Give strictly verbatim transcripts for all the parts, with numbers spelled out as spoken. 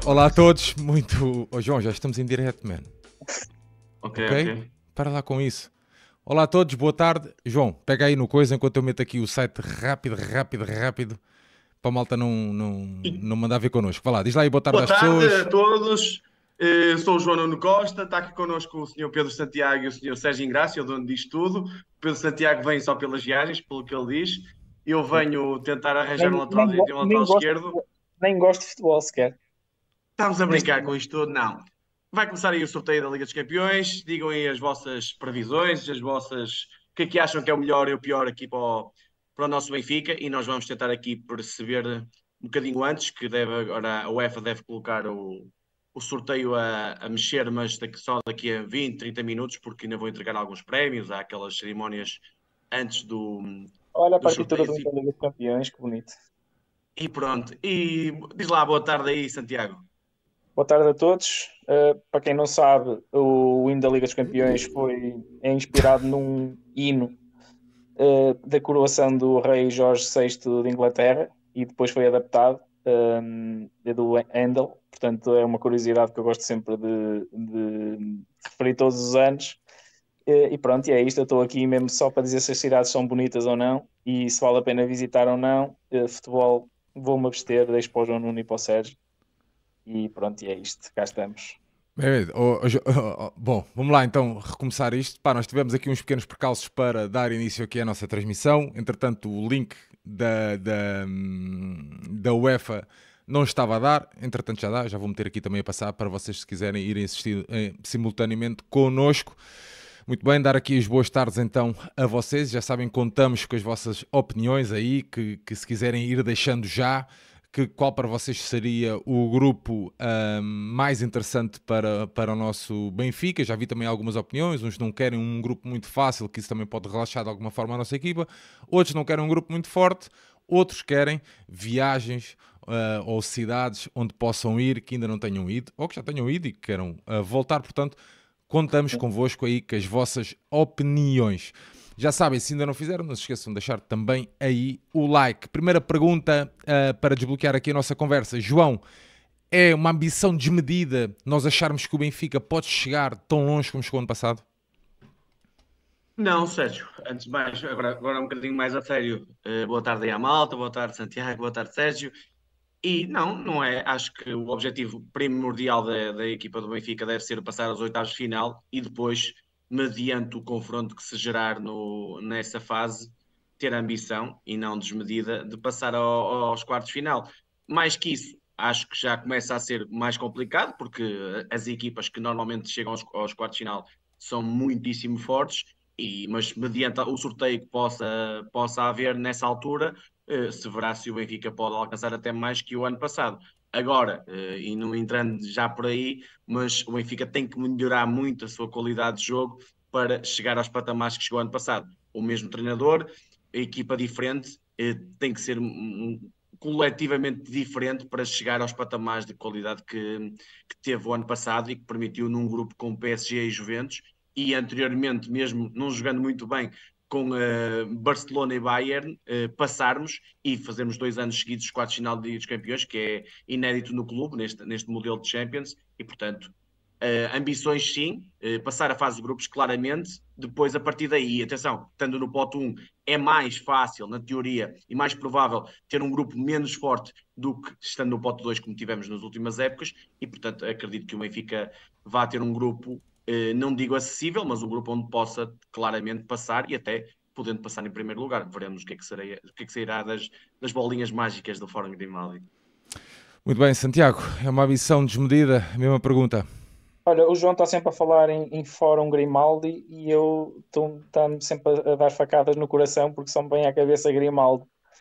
Olá a todos, muito... Oh, João, já estamos em direto, man. Ok, Ok? ok. Para lá com isso. Olá a todos, boa tarde. João, pega aí no coisa enquanto eu meto aqui o site rápido, rápido, rápido, para a malta não, não, E não mandar ver connosco. Vá lá, diz lá aí boa tarde boa às tarde a pessoas. todos. Eh, sou o João Nuno Costa, está aqui connosco o senhor Pedro Santiago e o senhor Sérgio Ingrácio, o dono disto tudo. O Pedro Santiago vem só pelas viagens, pelo que ele diz. Eu venho tentar arranjar um Nem, lateral nem, direito e go- um lateral nem, gosto, esquerdo. nem gosto de futebol sequer, Estamos a neste brincar com momento. isto tudo? Não. Vai começar aí o sorteio da Liga dos Campeões. Digam aí as vossas previsões, as vossas... o que é que acham que é o melhor e o pior aqui para o, para o nosso Benfica. E nós vamos tentar aqui perceber um bocadinho antes, que deve agora a UEFA deve colocar o, o sorteio a, a mexer, mas daqui, só daqui a vinte, trinta minutos, porque ainda vou entregar alguns prémios. Há aquelas cerimónias antes do, Olha a dos partitura do sorteios. E, Liga dos Campeões, que bonito. e pronto. E diz lá, boa tarde aí, Santiago. Boa tarde a todos. Uh, para quem não sabe, o hino da Liga dos Campeões foi é inspirado num hino uh, da coroação do rei Jorge sexto de Inglaterra e depois foi adaptado, um, é do Handel. Portanto, é uma curiosidade que eu gosto sempre de, de referir todos os anos. Uh, E pronto, e é isto. Eu estou aqui mesmo só para dizer se as cidades são bonitas ou não e se vale a pena visitar ou não. Uh, futebol, vou-me abster, deixo para o João Nuno e para o Sérgio. E pronto, e é isto. Cá estamos. Bem, oh, oh, Jo- oh, oh, bom, vamos lá então recomeçar isto. Pá, nós tivemos aqui uns pequenos percalços para dar início aqui à nossa transmissão. Entretanto, o link da, da, hum, da UEFA não estava a dar. Entretanto, já dá. Já vou meter aqui também a passar para vocês, se quiserem irem assistir eh, simultaneamente connosco. Muito bem, dar aqui as boas tardes então a vocês. Já sabem, contamos com as vossas opiniões aí, que, que se quiserem ir deixando já, que qual para vocês seria o grupo ahm, mais interessante para, para o nosso Benfica. Já vi também algumas opiniões, uns não querem um grupo muito fácil, que isso também pode relaxar de alguma forma a nossa equipa, outros não querem um grupo muito forte, outros querem viagens ah, ou cidades onde possam ir, que ainda não tenham ido, ou que já tenham ido e que queiram ah, voltar. Portanto, contamos convosco aí com as vossas opiniões. Já sabem, se ainda não fizeram, não se esqueçam de deixar também aí o like. Primeira pergunta uh, para desbloquear aqui a nossa conversa. João, é uma ambição desmedida nós acharmos que o Benfica pode chegar tão longe como chegou ano passado? Não, Sérgio, antes de mais, agora, agora um bocadinho mais a sério. Eh, boa tarde aí à malta, boa tarde Santiago, boa tarde Sérgio. E não, não é. Acho que o objetivo primordial da, da equipa do Benfica deve ser passar aos oitavos de final e depois, mediante o confronto que se gerar no, nessa fase, ter a ambição e não desmedida de passar ao- aos quartos de final. Mais que isso, acho que já começa a ser mais complicado, porque as equipas que normalmente chegam aos, aos quartos de final são muitíssimo fortes. E, mas mediante o sorteio que possa, possa haver nessa altura, eh, se verá se o Benfica pode alcançar até mais que o ano passado. Agora, eh, e não entrando já por aí, mas o Benfica tem que melhorar muito a sua qualidade de jogo para chegar aos patamares que chegou ano passado. O mesmo treinador, a equipa diferente, eh, tem que ser um, um, coletivamente diferente para chegar aos patamares de qualidade que, que teve o ano passado e que permitiu num grupo com P S G e Juventus e anteriormente, mesmo não jogando muito bem, com uh, Barcelona e Bayern, uh, passarmos e fazermos dois anos seguidos os quartos de final de Liga dos Campeões, que é inédito no clube, neste, neste modelo de Champions, e portanto, uh, ambições sim, uh, passar a fase de grupos claramente, depois a partir daí, atenção, estando no pote um, é mais fácil, na teoria, e mais provável ter um grupo menos forte do que estando no pote dois, como tivemos nas últimas épocas, e portanto acredito que o Benfica vá ter um grupo não digo acessível, mas um grupo onde possa claramente passar e até podendo passar em primeiro lugar. Veremos o que é que, será, o que, é que sairá das, das bolinhas mágicas do Fórum Grimaldi. Muito bem, Santiago, é uma ambição desmedida? A mesma pergunta. Olha, o João está sempre a falar em, em Fórum Grimaldi e eu estou-me sempre a, a dar facadas no coração porque só me vem à cabeça Grimaldi.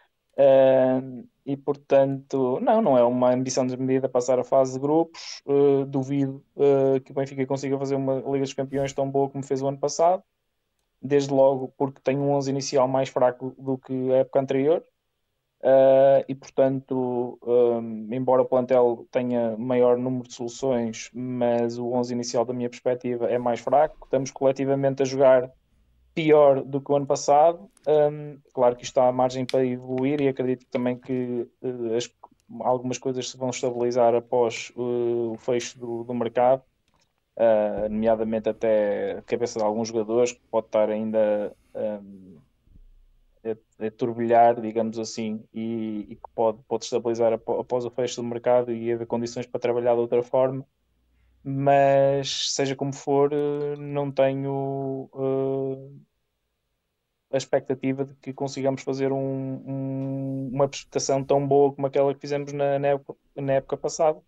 Uh, e portanto, não, não é uma ambição desmedida passar a fase de grupos. Uh, duvido uh, que o Benfica consiga fazer uma Liga dos Campeões tão boa como fez o ano passado, desde logo porque tem um onze inicial mais fraco do que a época anterior. Uh, e portanto, um, embora o plantel tenha maior número de soluções, mas o onze inicial, da minha perspectiva, é mais fraco. Estamos coletivamente a jogar pior do que o ano passado. Um, claro que isto está à margem para evoluir e acredito também que uh, as, algumas coisas se vão estabilizar após uh, o fecho do, do mercado, uh, nomeadamente até a cabeça de alguns jogadores que pode estar ainda um, a, a turbilhar, digamos assim, e, e que pode, pode estabilizar após o fecho do mercado e haver condições para trabalhar de outra forma. Mas seja como for, uh, não tenho uh, a expectativa de que consigamos fazer um, um, uma prestação tão boa como aquela que fizemos na, na, época, na época passada.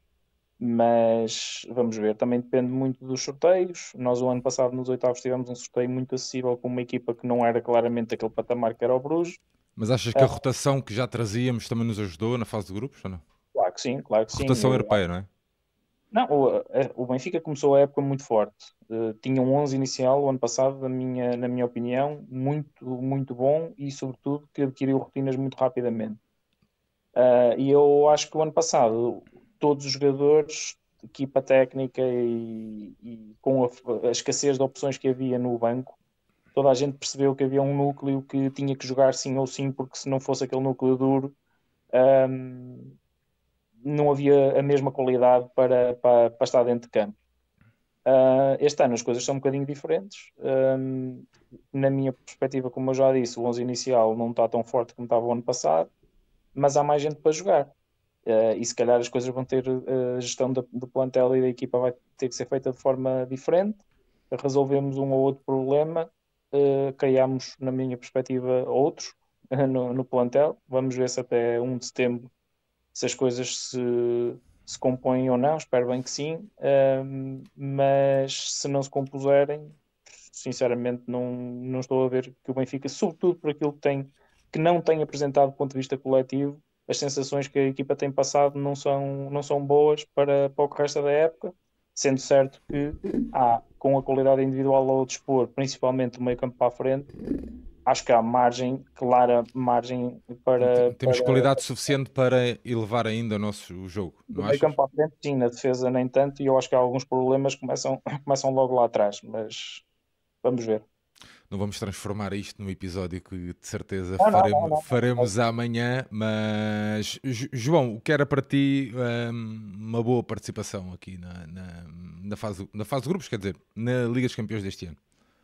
Mas vamos ver, também depende muito dos sorteios. Nós, o ano passado, nos oitavos, tivemos um sorteio muito acessível com uma equipa que não era claramente aquele patamar que era o Bruges. Mas achas que a rotação que já trazíamos também nos ajudou na fase de grupos ou não? Claro que sim, claro que sim. Rotação europeia, não é? Não, o, o Benfica começou a época muito forte. Uh, tinha um onze inicial o ano passado, na minha, na minha opinião, muito, muito bom e, sobretudo, que adquiriu rotinas muito rapidamente. Uh, e eu acho que o ano passado, todos os jogadores, equipa técnica e, e com a, a escassez de opções que havia no banco, toda a gente percebeu que havia um núcleo que tinha que jogar sim ou sim, porque se não fosse aquele núcleo duro. Um, não havia a mesma qualidade para, para, para estar dentro de campo. Uh, este ano as coisas são um bocadinho diferentes. Um, na minha perspectiva, como eu já disse, o onze inicial não está tão forte como estava o ano passado, mas há mais gente para jogar. Uh, e se calhar as coisas vão ter, uh, a gestão do, do plantel e da equipa vai ter que ser feita de forma diferente. Resolvemos um ou outro problema, uh, criamos, na minha perspectiva, outros uh, no, no plantel. Vamos ver se até um de setembro se as coisas se, se compõem ou não, espero bem que sim, um, mas se não se compuserem, sinceramente não, não estou a ver que o Benfica, sobretudo por aquilo que, tem, que não tem apresentado do ponto de vista coletivo, as sensações que a equipa tem passado não são, não são boas para, para o resto da época, sendo certo que há, com a qualidade individual ao dispor, principalmente o meio campo para a frente, acho que há margem, clara margem para... Temos para... qualidade suficiente para elevar ainda o nosso jogo, não meio achas? campo à frente, sim, na defesa nem tanto, e eu acho que há alguns problemas que começam, começam logo lá atrás, mas vamos ver. Não vamos transformar isto num episódio que de certeza Não, não, faremos, não, não. faremos amanhã, mas João, o que era para ti um, uma boa participação aqui na, na, na, fase, na fase de grupos, quer dizer, na Liga dos Campeões deste ano?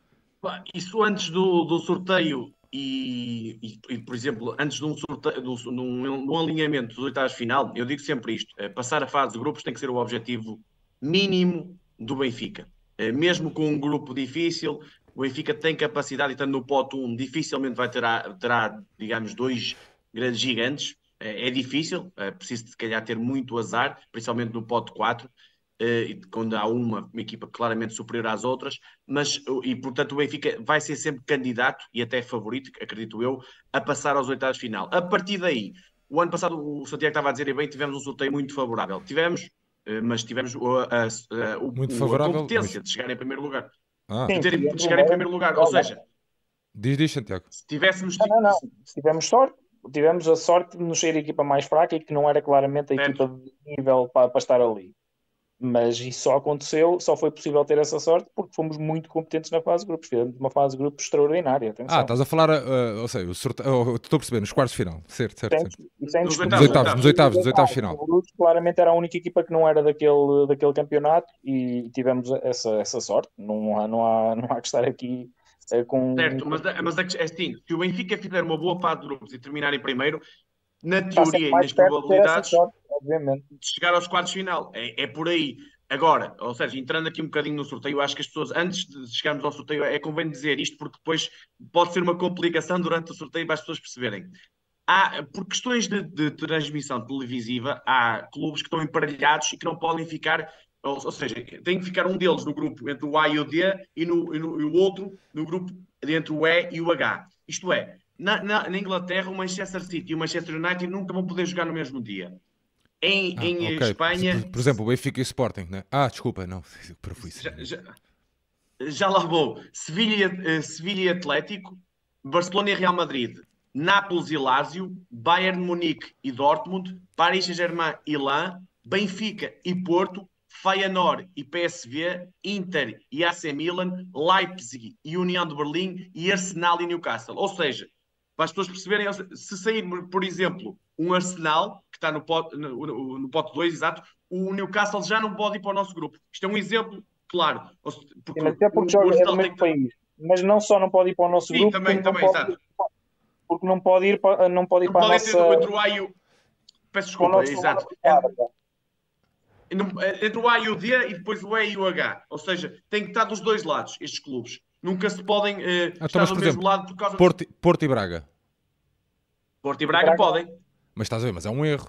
Isso antes do, do sorteio e, e, e, por exemplo, antes de um, sorteio, de um, de um alinhamento dos oitavos de final, eu digo sempre isto, passar a fase de grupos tem que ser o objetivo mínimo do Benfica. Mesmo com um grupo difícil, o Benfica tem capacidade, e estando no pote um, dificilmente vai ter, terá, digamos, dois grandes gigantes. É difícil, é preciso se calhar ter muito azar, principalmente no pote quatro. Uh, quando há uma, uma equipa claramente superior às outras, mas e portanto o Benfica vai ser sempre candidato e até favorito, acredito eu, a passar aos oitavos de final. A partir daí, o ano passado o Santiago estava a dizer bem, tivemos um sorteio muito favorável. Tivemos, uh, mas tivemos uh, a, a, o, muito o, favorável, a competência mas... de chegar em primeiro lugar. Ah. De, ter, de chegar em primeiro lugar, ou seja, diz, diz, Santiago. Se tivéssemos... Não, não, não. Se tivemos sorte, tivemos a sorte de nos ser a equipa mais fraca e que não era claramente a equipa de nível para, para estar ali. Mas isso só aconteceu, só foi possível ter essa sorte porque fomos muito competentes na fase de grupos. Fizemos uma fase de grupos extraordinária. Atenção. Ah, estás a falar, uh, ou seja, o sorte... oh, estou a perceber, nos quartos de final. Certo, certo, certo. Nos oitavos, oitavos, nos oitavos, nos oitavos de final. Claramente era a única equipa que não era daquele, daquele campeonato e tivemos essa, essa sorte. Não há, não, há, não há que estar aqui uh, com... Certo, mas, mas é assim, se o Benfica fizer uma boa fase de grupos e terminar em primeiro, na teoria e nas probabilidades sorte, obviamente, de chegar aos quartos de final. É, é por aí. Agora, ou seja, entrando aqui um bocadinho no sorteio, acho que as pessoas, antes de chegarmos ao sorteio, é convém dizer isto, porque depois pode ser uma complicação durante o sorteio para as pessoas perceberem. Há, por questões de, de transmissão televisiva, há clubes que estão emparelhados e que não podem ficar, ou, ou seja, tem que ficar um deles no grupo entre o A e o D e, no, e, no, e o outro no grupo entre o E e o H. Isto é, na, na, na Inglaterra, o Manchester City e o Manchester United nunca vão poder jogar no mesmo dia. Em, ah, em okay. Espanha... Por, por exemplo, o Benfica e o Sporting, né? Ah, desculpa, não. Já, já, já lá vou. Sevilha, uh, Sevilha Atlético, Barcelona e Real Madrid, Nápoles e Lazio, Bayern Munique e Dortmund, Paris Saint-Germain e Lens, Benfica e Porto, Feyenoord e P S V, Inter e A C Milan, Leipzig e União de Berlim e Arsenal e Newcastle. Ou seja, para as pessoas perceberem, se sair, por exemplo, um Arsenal, que está no pote, no, no, no pote dois, exato, o Newcastle já não pode ir para o nosso grupo. Isto é um exemplo, claro, porque Sim, mas até porque o, o joga, é do Arsenal tem mesmo que... país. Mas não só não pode ir para o nosso Sim, grupo, também, como não também, pode, exato. porque não pode ir para, não pode ir Não para a pode nossa, ter entre o A e o... Peço para o desculpa, nosso exato. lado. Entre o A e o D e depois o E e o H. Ou seja, tem que estar dos dois lados, estes clubes. Nunca se podem eh, Então, estar mas, do por mesmo exemplo, lado por causa de... Porto, Porto e Braga. Porto e E Braga Braga, podem. Mas estás a ver, mas é um erro.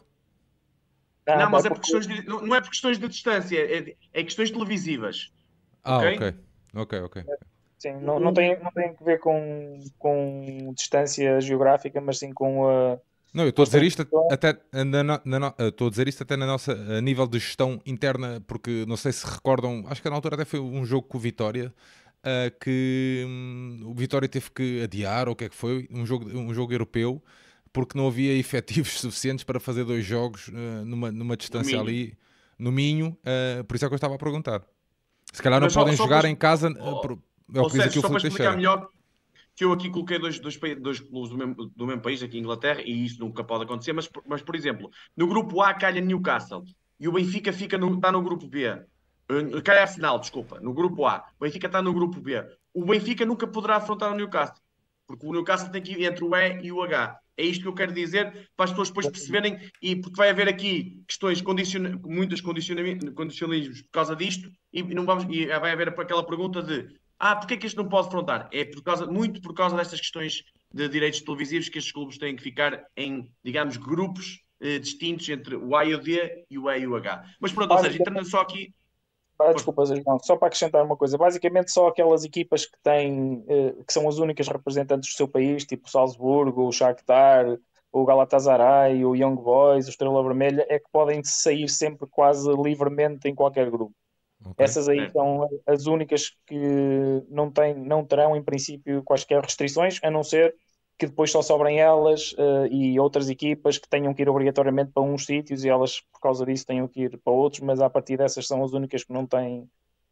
Não, não, é mas é por porque questões de, não, não é por questões de distância, é, é questões televisivas. Ah, ok. Ok? Ok, ok. sim, O, não, não o- tem, não tem que ver com, com distância geográfica, mas sim com, a, Não, eu com estou a as dizer isto transmissões. até na, no- na no- eh, estou a dizer isto até na nossa a nível de gestão interna, porque não sei se recordam, acho que na altura até foi um jogo com o Vitória, eh, que hum, o Vitória teve que adiar, ou o que é que foi, um jogo, um jogo europeu, porque não havia efetivos suficientes para fazer dois jogos eh, numa, numa no distância Minho. ali no Minho, eh, por isso é que eu estava a perguntar. Se calhar não Mas só, podem só para. jogar em expli- casa, eh, Ó, por- é o ó, que diz aqui Sérgio, o só para Filipe explicar Teixeira. melhor, que eu aqui coloquei dois, dois, pa- dois clubes do mesmo, do mesmo país, aqui em Inglaterra, e isso nunca pode acontecer. Mas, por- mas por exemplo, no grupo A calha Newcastle e o Benfica fica no, está no grupo B. Uh, Calha Arsenal, desculpa, no grupo A. O Benfica está no grupo B. O Benfica nunca poderá afrontar o Newcastle, porque o Newcastle tem que ir entre o E e o H. É isto que eu quero dizer para as pessoas depois perceberem, e porque vai haver aqui questões, condiciona, muitos condicionamentos, condicionalismos por causa disto, e não vamos, e vai haver aquela pergunta de ah, porque é que este não pode afrontar? É por causa, muito por causa destas questões de direitos televisivos que estes clubes têm que ficar em, digamos, grupos eh, distintos entre o A e o D e o E e o H. Mas pronto, ou seja, entrando Basicamente, só aqui. ah, Força. desculpa, João, só para acrescentar uma coisa, basicamente só aquelas equipas que têm, eh, que são as únicas representantes do seu país, tipo o Salzburgo, o Shakhtar, o Galatasaray, o Young Boys, o Estrela Vermelha, é que podem sair sempre quase livremente em qualquer grupo. Ok. Essas aí Certo. são as únicas que não, têm, não terão, em princípio, quaisquer restrições, a não ser que depois só sobrem elas eh, e outras equipas que tenham que ir obrigatoriamente para uns sítios e elas, por causa disso, tenham que ir para outros, mas a partir dessas são as únicas que não têm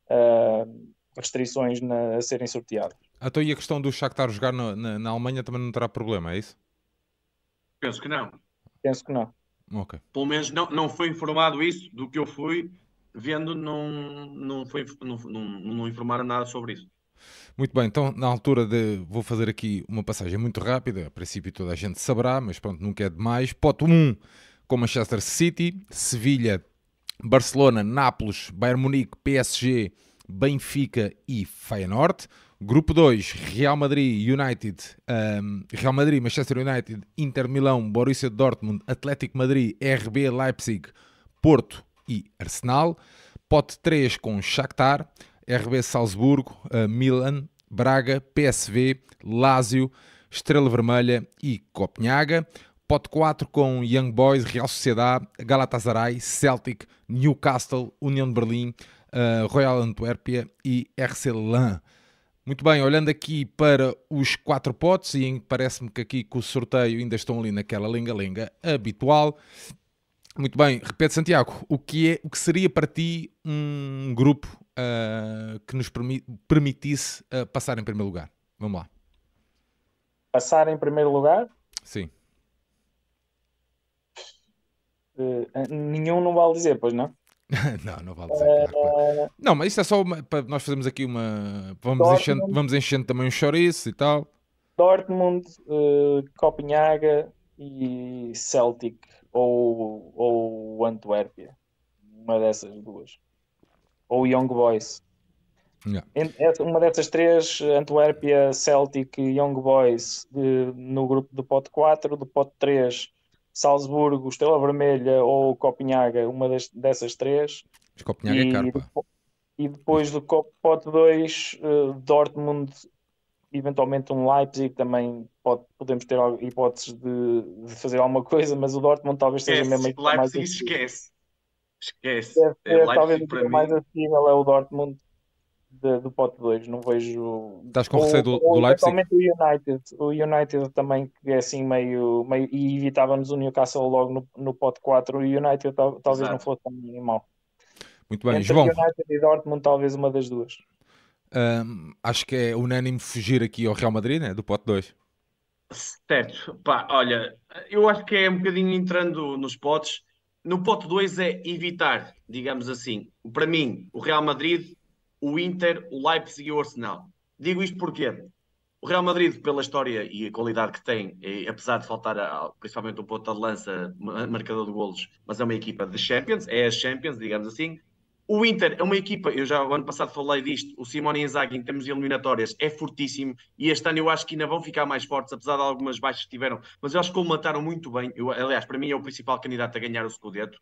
eh, restrições na- a serem sorteadas. Então, e a questão do Shakhtar jogar na, na, na Alemanha também não terá problema, é isso? Penso que não. Penso que não. Ok. Pelo menos não, não foi informado isso do que eu fui vendo, não, não, foi, não, não, não informaram nada sobre isso. Muito bem, então na altura de. Vou fazer aqui uma passagem muito rápida. A princípio toda a gente saberá, mas pronto, nunca é demais. Pote um com Manchester City, Sevilha, Barcelona, Nápoles, Bayern Munique, P S G, Benfica e Feyenoord. Grupo dois, Real Madrid, United, um, Real Madrid, Manchester United, Inter Milão, Borussia Dortmund, Atlético Madrid, R B Leipzig, Porto e Arsenal. Pote três com Shakhtar, R B Salzburgo, uh, Milan, Braga, P S V, Lazio, Estrela Vermelha e Copenhaga. Pote quatro com Young Boys, Real Sociedade, Galatasaray, Celtic, Newcastle, União de Berlim, uh, Royal Antuérpia e R C Lens. Muito bem, olhando aqui para os quatro potes, e parece-me que aqui com o sorteio ainda estão ali naquela lenga-lenga habitual. Muito bem, repete, Santiago, o que, é, o que seria para ti um grupo uh, que nos permi- permitisse uh, passar em primeiro lugar? Vamos lá. Passar em primeiro lugar, Sim. eh, nenhum não vale dizer, pois não? Não, não vale dizer, claro, claro. Não, mas isso é só uma, para nós fazermos aqui uma... Vamos enchendo, Dortmund, vamos enchendo também um chouriço e tal. Dortmund, eh, Copenhaga e Celtic ou, ou Antuérpia. Uma dessas duas. Ou Young Boys. Yeah. En- essa- Uma dessas três, Antuérpia, Celtic e Young Boys, de- no grupo do pote quatro, do pote três, Salzburgo, Estrela Vermelha ou Copenhaga, uma das- dessas três. Mas Copenhague é caro, E, pá. e depois do co- pote dois, eh, Dortmund, eventualmente um Leipzig, também pode, podemos ter al- hipóteses de, de fazer alguma coisa, mas o Dortmund talvez seja mesmo a Esquece, equipa mais Leipzig acessível. esquece. Esquece. Deve É, ser talvez a Leipzig para equipa mais mim, acessível é o Dortmund de- do pote dois, não vejo. Estás com receio Ou, do, do ou Leipzig? eventualmente o United, o United também, que é assim meio, meio e evitávamos o Newcastle logo no, no pote quatro. O United tal- talvez não exato. fosse tão mau. Muito bem, Entre João. United e Dortmund, talvez uma das duas. hum, acho que é unânime fugir aqui ao Real Madrid, né? Do pote dois. Certo, pá, olha, eu acho que é um bocadinho entrando nos potes. No pote dois é evitar, digamos assim, para mim, o Real Madrid, o Inter, o Leipzig e o Arsenal. Digo isto porque o Real Madrid, pela história e a qualidade que tem, e apesar de faltar a- principalmente o ponta de lança, ma- marcador de golos, mas é uma equipa de Champions, é a Champions, digamos assim. O Inter é uma equipa, eu já o ano passado falei disto, o Simone Inzaghi em termos de eliminatórias é fortíssimo e este ano eu acho que ainda vão ficar mais fortes, apesar de algumas baixas que tiveram, mas eu acho que o mataram muito bem. Eu, aliás, para mim é o principal candidato a ganhar o Scudetto.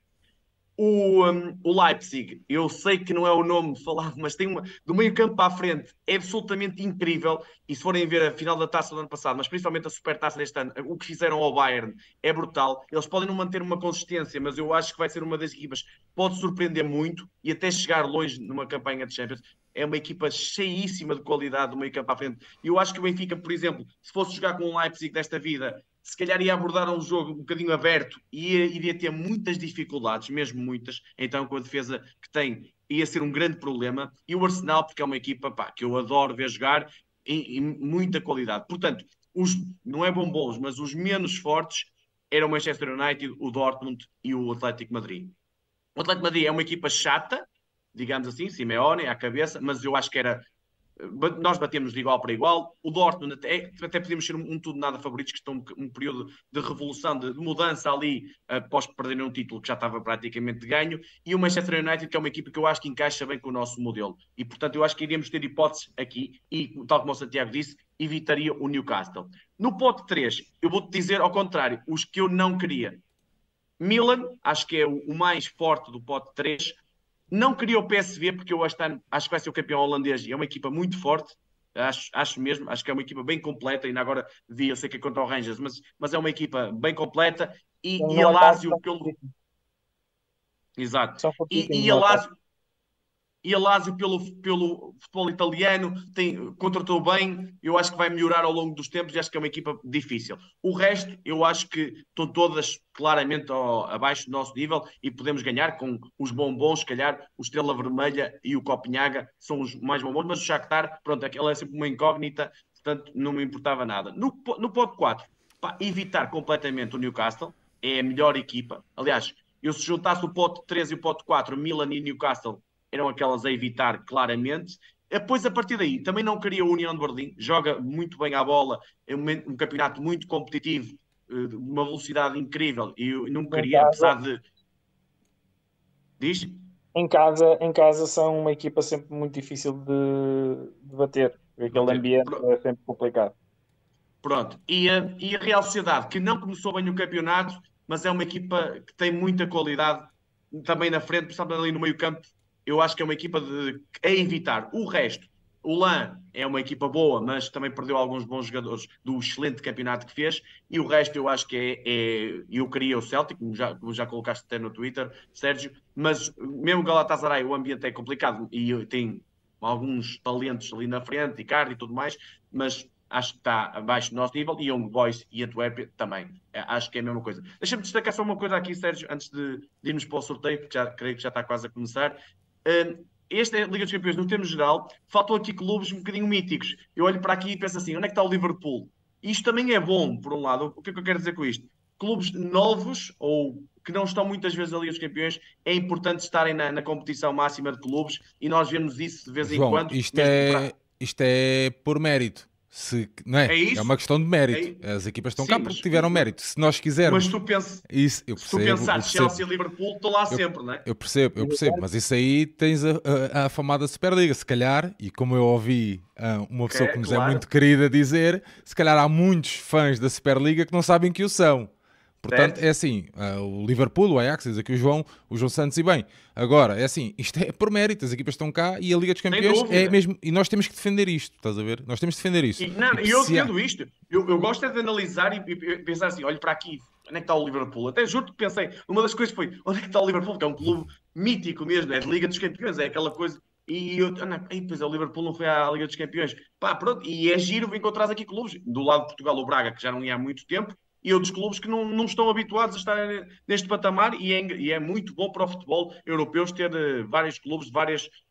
O, um, o Leipzig, eu sei que não é o nome falado, mas tem uma, do meio campo para a frente, é absolutamente incrível. E se forem ver a final da taça do ano passado, mas principalmente a super taça deste ano, o que fizeram ao Bayern é brutal. Eles podem não manter uma consistência, mas eu acho que vai ser uma das equipas que pode surpreender muito e até chegar longe numa campanha de Champions. É uma equipa cheíssima de qualidade do meio campo à frente. E eu acho que o Benfica, por exemplo, se fosse jogar com o Leipzig desta vida, se calhar ia abordar um jogo um bocadinho aberto e ia, iria ter muitas dificuldades, mesmo muitas, então com a defesa que tem, ia ser um grande problema. E o Arsenal, porque é uma equipa pá, que eu adoro ver jogar e, e muita qualidade. Portanto, os, não é bombons, mas os menos fortes eram o Manchester United, o Dortmund e o Atlético Madrid. O Atlético Madrid é uma equipa chata, digamos assim, Simeone à cabeça, mas eu acho que era nós batemos de igual para igual. O Dortmund até, até podíamos ser um, um tudo nada favoritos, que estão um, um período de revolução, de, de mudança ali, uh, após perderem um título que já estava praticamente de ganho. E o Manchester United, que é uma equipe que eu acho que encaixa bem com o nosso modelo. E, portanto, eu acho que iríamos ter hipóteses aqui. E, tal como o Santiago disse, evitaria o Newcastle. No pote três, eu vou-te dizer ao contrário, os que eu não queria. Milan, acho que é o, o mais forte do pote três. Não queria o P S V, porque eu este ano acho que vai ser o campeão holandês e é uma equipa muito forte. Acho, acho mesmo, acho que é uma equipa bem completa. Ainda agora vi, eu sei que é contra o Rangers, mas, mas é uma equipa bem completa. E, e No a ataque Lazio são pelo. fortíssimos. Exato. São E, fortíssimos e a no ataque. Lazio, e a Lazio pelo, pelo futebol italiano tem, contratou bem, eu acho que vai melhorar ao longo dos tempos e acho que é uma equipa difícil. O resto, eu acho que estão todas claramente ao, abaixo do nosso nível e podemos ganhar com os bombons, se calhar o Estrela Vermelha e o Copenhaga são os mais bombons, mas o Shakhtar, pronto, aquela é sempre uma incógnita, portanto não me importava nada. No, no pote quatro, pá, evitar completamente o Newcastle, é a melhor equipa. Aliás, eu se juntasse o pote três e o pote quatro, Milan e Newcastle, eram aquelas a evitar claramente. Depois, a partir daí, também não queria o União de Berlim, joga muito bem à bola, é um, um campeonato muito competitivo, de uma velocidade incrível, e eu não Em queria, casa, apesar de. Diz? em casa, em casa são uma equipa sempre muito difícil de, de bater, porque aquele Bater. ambiente é sempre complicado. Pronto. E a, e a Real Sociedade, que não começou bem o campeonato, mas é uma equipa que tem muita qualidade também na frente, principalmente ali no meio-campo. Eu acho que é uma equipa de, a evitar. O resto, o Lan é uma equipa boa, mas também perdeu alguns bons jogadores do excelente campeonato que fez. E o resto, eu acho que é. é eu queria o Celtic, como já, como já colocaste até no Twitter, Sérgio, mas mesmo o Galatasaray, o ambiente é complicado e tem alguns talentos ali na frente, Icardi e tudo mais, mas acho que está abaixo do nosso nível, e Young Boys e Antuérpia também. É, acho que é a mesma coisa. Deixa-me destacar só uma coisa aqui, Sérgio, antes de, de irmos para o sorteio, porque já, creio que já está quase a começar. Um, esta é a Liga dos Campeões, no termo geral, faltam aqui clubes um bocadinho míticos. Eu olho para aqui e penso assim, onde é que está o Liverpool? Isto também é bom, por um lado. O que é que eu quero dizer com isto? Clubes novos, ou que não estão muitas vezes na Liga dos Campeões, é importante estarem na, na competição máxima de clubes, e nós vemos isso de vez em João, quando, isto mesmo para... é, isto é por mérito. Se, não É é? É isso? uma questão de É... mérito. As equipas estão Sim, cá porque mas, tiveram mérito. Se nós mas quisermos, tu pensa, isso eu se tu percebo, eu pensares Chelsea percebo. e Liverpool, estão lá Eu, sempre, não é? eu percebo, eu percebo, mas isso aí tens a, a, a afamada Superliga, se calhar, e como eu ouvi ah, uma pessoa que É, nos é claro, muito querida dizer, se calhar há muitos fãs da Superliga que não sabem que o são. Portanto, certo? é assim, ah, o Liverpool, o Ajax, diz aqui o João, o João Santos e bem. Agora, é assim, isto é por mérito, as equipas estão cá e a Liga dos Sem Campeões é dúvida. mesmo, e nós temos que defender isto, estás a ver? Nós temos que defender isso. E, não, E e eu se há- defendo isto. Eu, eu gosto é de analisar e, e pensar assim: olho para aqui, onde é que está o Liverpool? Até juro que pensei, uma das coisas foi: onde é que está o Liverpool? Que é um clube mítico mesmo, é de Liga dos Campeões, é aquela coisa. E eu, ah, não, ei, pois é, o Liverpool não foi à Liga dos Campeões. Pá, pronto, e é giro encontrar aqui clubes. Do lado de Portugal, o Braga, que já não ia há muito tempo, e outros clubes que não, não estão habituados a estar neste patamar, e é, e é muito bom para o futebol europeu ter uh, vários clubes de várias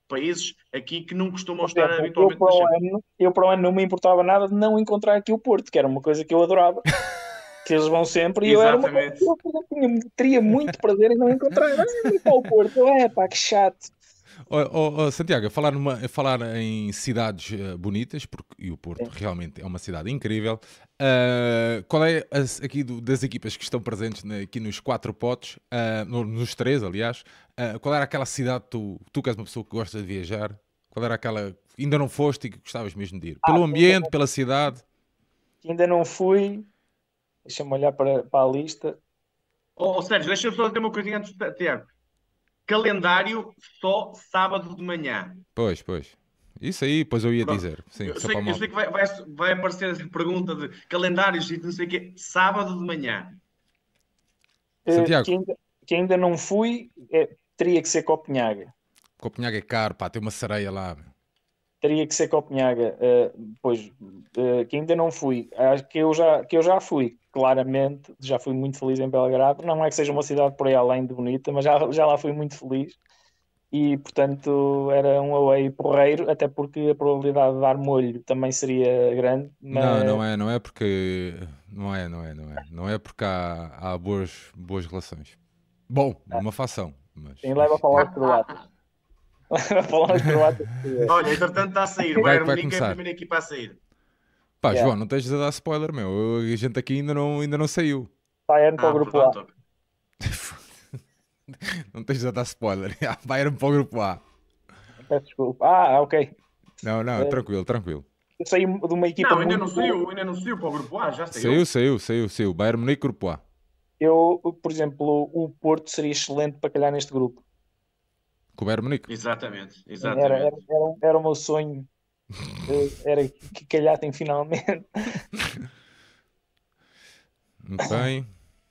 países aqui que não costumam Por estar exemplo, eu habitualmente para, na o Champions. ano, eu para o ano não me importava nada de não encontrar aqui o Porto, que era uma coisa que eu adorava. Que eles vão sempre e eu era uma coisa que Exatamente. eu tinha, teria muito prazer em não encontrar. Ah, onde está o Porto? É pá, que chato. Oh, oh, oh, Santiago, a falar, numa, a falar em cidades uh, bonitas, porque e o Porto Sim. realmente é uma cidade incrível. Uh, qual é as, aqui do, das equipas que estão presentes na, aqui nos quatro potes, uh, no, nos três, aliás? Uh, qual era aquela cidade que tu, tu que és uma pessoa que gosta de viajar? Qual era aquela que ainda não foste e que gostavas mesmo de ir? Ah, Pelo que ainda, ambiente, não, pela cidade? que ainda não fui. Deixa-me olhar para, para a lista. Ou oh, Sérgio, deixa-me só dizer uma coisinha antes, Tiago. Calendário só sábado de manhã. Pois, pois. Isso aí, pois eu ia Pronto. dizer. Sim, Eu só para a sei, eu sei malta. que vai, vai, vai aparecer essa pergunta de calendários e não sei o quê. Sábado de manhã. Eh, Santiago, que, ainda, que ainda não fui, é, teria que ser Copenhague. Copenhague é caro, pá, tem uma sereia lá. Teria que ser Copenhaga, eh, pois, eh, que ainda não fui. Acho que eu já, que eu já fui, claramente, já fui muito feliz em Belgrado. Não é que seja uma cidade por aí além de bonita, mas já, já lá fui muito feliz. E, portanto, era um away porreiro, até porque a probabilidade de dar molho também seria grande, Não, mas não é, não é porque. Não é, não é, não é. Não é porque há, há boas, boas relações. Bom, numa facção, mas. sim, leva a falar os croatas. Leva a falar os croatas. Olha, entretanto está a sair. O Vai, Bayern vai Munique é a começar. primeira equipa a sair. Pá, Yeah. João, não tens de dar spoiler, meu. Eu- A gente aqui ainda não, ainda não saiu. Bayern para o Ah, grupo A. pronto. Não tens de dar spoiler. Bayern para o grupo A. Peço desculpa. Ah, ok. Não, não, Eh, tranquilo, tranquilo. Eu saí de uma equipa Não, ainda não muito. saiu. Ainda não saiu para o grupo A. Já Saiu, saiu. saiu, saiu, saiu. Bayern Munique, grupo A. Eu, por exemplo, o Porto seria excelente para calhar neste grupo. Com o Bayern Munique. Exatamente. Era, era, Exatamente. era, era o meu sonho. eh, Era que calhassem finalmente. Muito bem.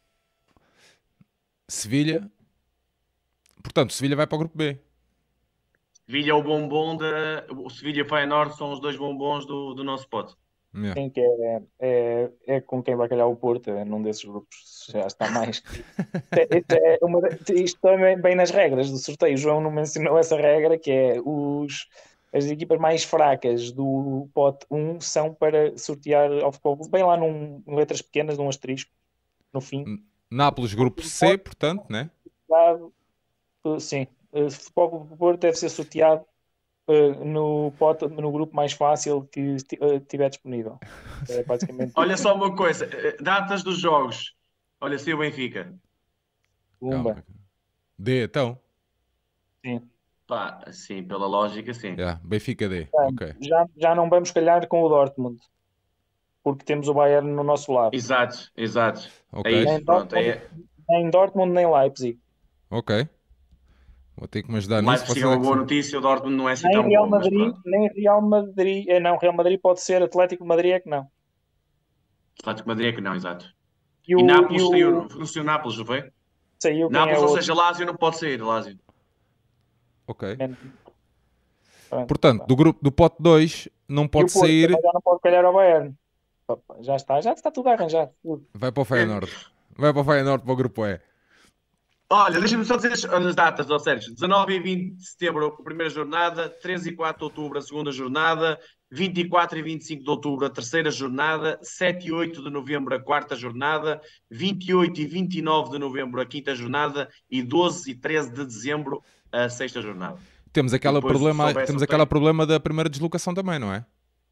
Sevilha. Portanto, Sevilha vai para o grupo B. Sevilha é o bombom da. O Sevilha e o Feyenoord são os dois bombons do, do nosso pote. Yeah. Sim, que é, é, é com quem vai calhar o Porto, é num desses grupos. Já está mais. É- Isto, é uma, isto também bem nas regras do sorteio. O João não mencionou essa regra, que é os, as equipas mais fracas do pote um são para sortear ao futebol. Bem lá num, em letras pequenas, num asterisco, no fim. Nápoles, grupo C, portanto, né? Claro, Uh, sim, uh, futebol do Porto deve ser sorteado uh, no, pote, no grupo mais fácil que esti- uh, tiver disponível. É basicamente Olha só uma coisa. eh, Datas dos jogos. Olha, se o Benfica. Calma. Pumba. D, então. Sim. Pá, sim, pela lógica, sim. Yeah. Benfica D. Ah, Ok. já, já não vamos calhar com o Dortmund, porque temos o Bayern no nosso lado. Exato, exato. Ok. É Nem isso, pronto. Dortmund, É... nem Dortmund, nem Leipzig. Ok. Vou ter que me ajudar O nisso. Leipzig é Vocês é uma que boa são. notícia, o Dortmund não é assim Nem tão Real bom, mas Madrid, pronto. nem Real Madrid. Eh, não, Real Madrid pode ser, Atlético de Madrid é que não. Atlético de Madrid é que não, exato. E E o, e Nápoles o saiu, não sei o Nápoles, não foi? saiu quem é Nápoles, o ou outro. seja, Lazio não pode sair, Lazio. Ok. Man. Pronto, Portanto, pá. do grupo do pote dois não E o pode Porto também sair. já não pode calhar ao Bayern. Opa, já está, já está tudo arranjado. Tudo. Vai para o Feyenoord. Vai para o Feyenoord para o grupo E. Olha, deixa-me só dizer as, as datas, ó Sérgio. dezanove e vinte de setembro, a primeira jornada. treze e quatro de outubro, a segunda jornada. vinte e quatro e vinte e cinco de outubro, a terceira jornada. sete e oito de novembro, a quarta jornada. vinte e oito e vinte e nove de novembro, a quinta jornada. E doze e treze de dezembro, a sexta jornada. Temos E aquele depois, se problema, houver temos aquele sorteio. problema da primeira deslocação também, não é?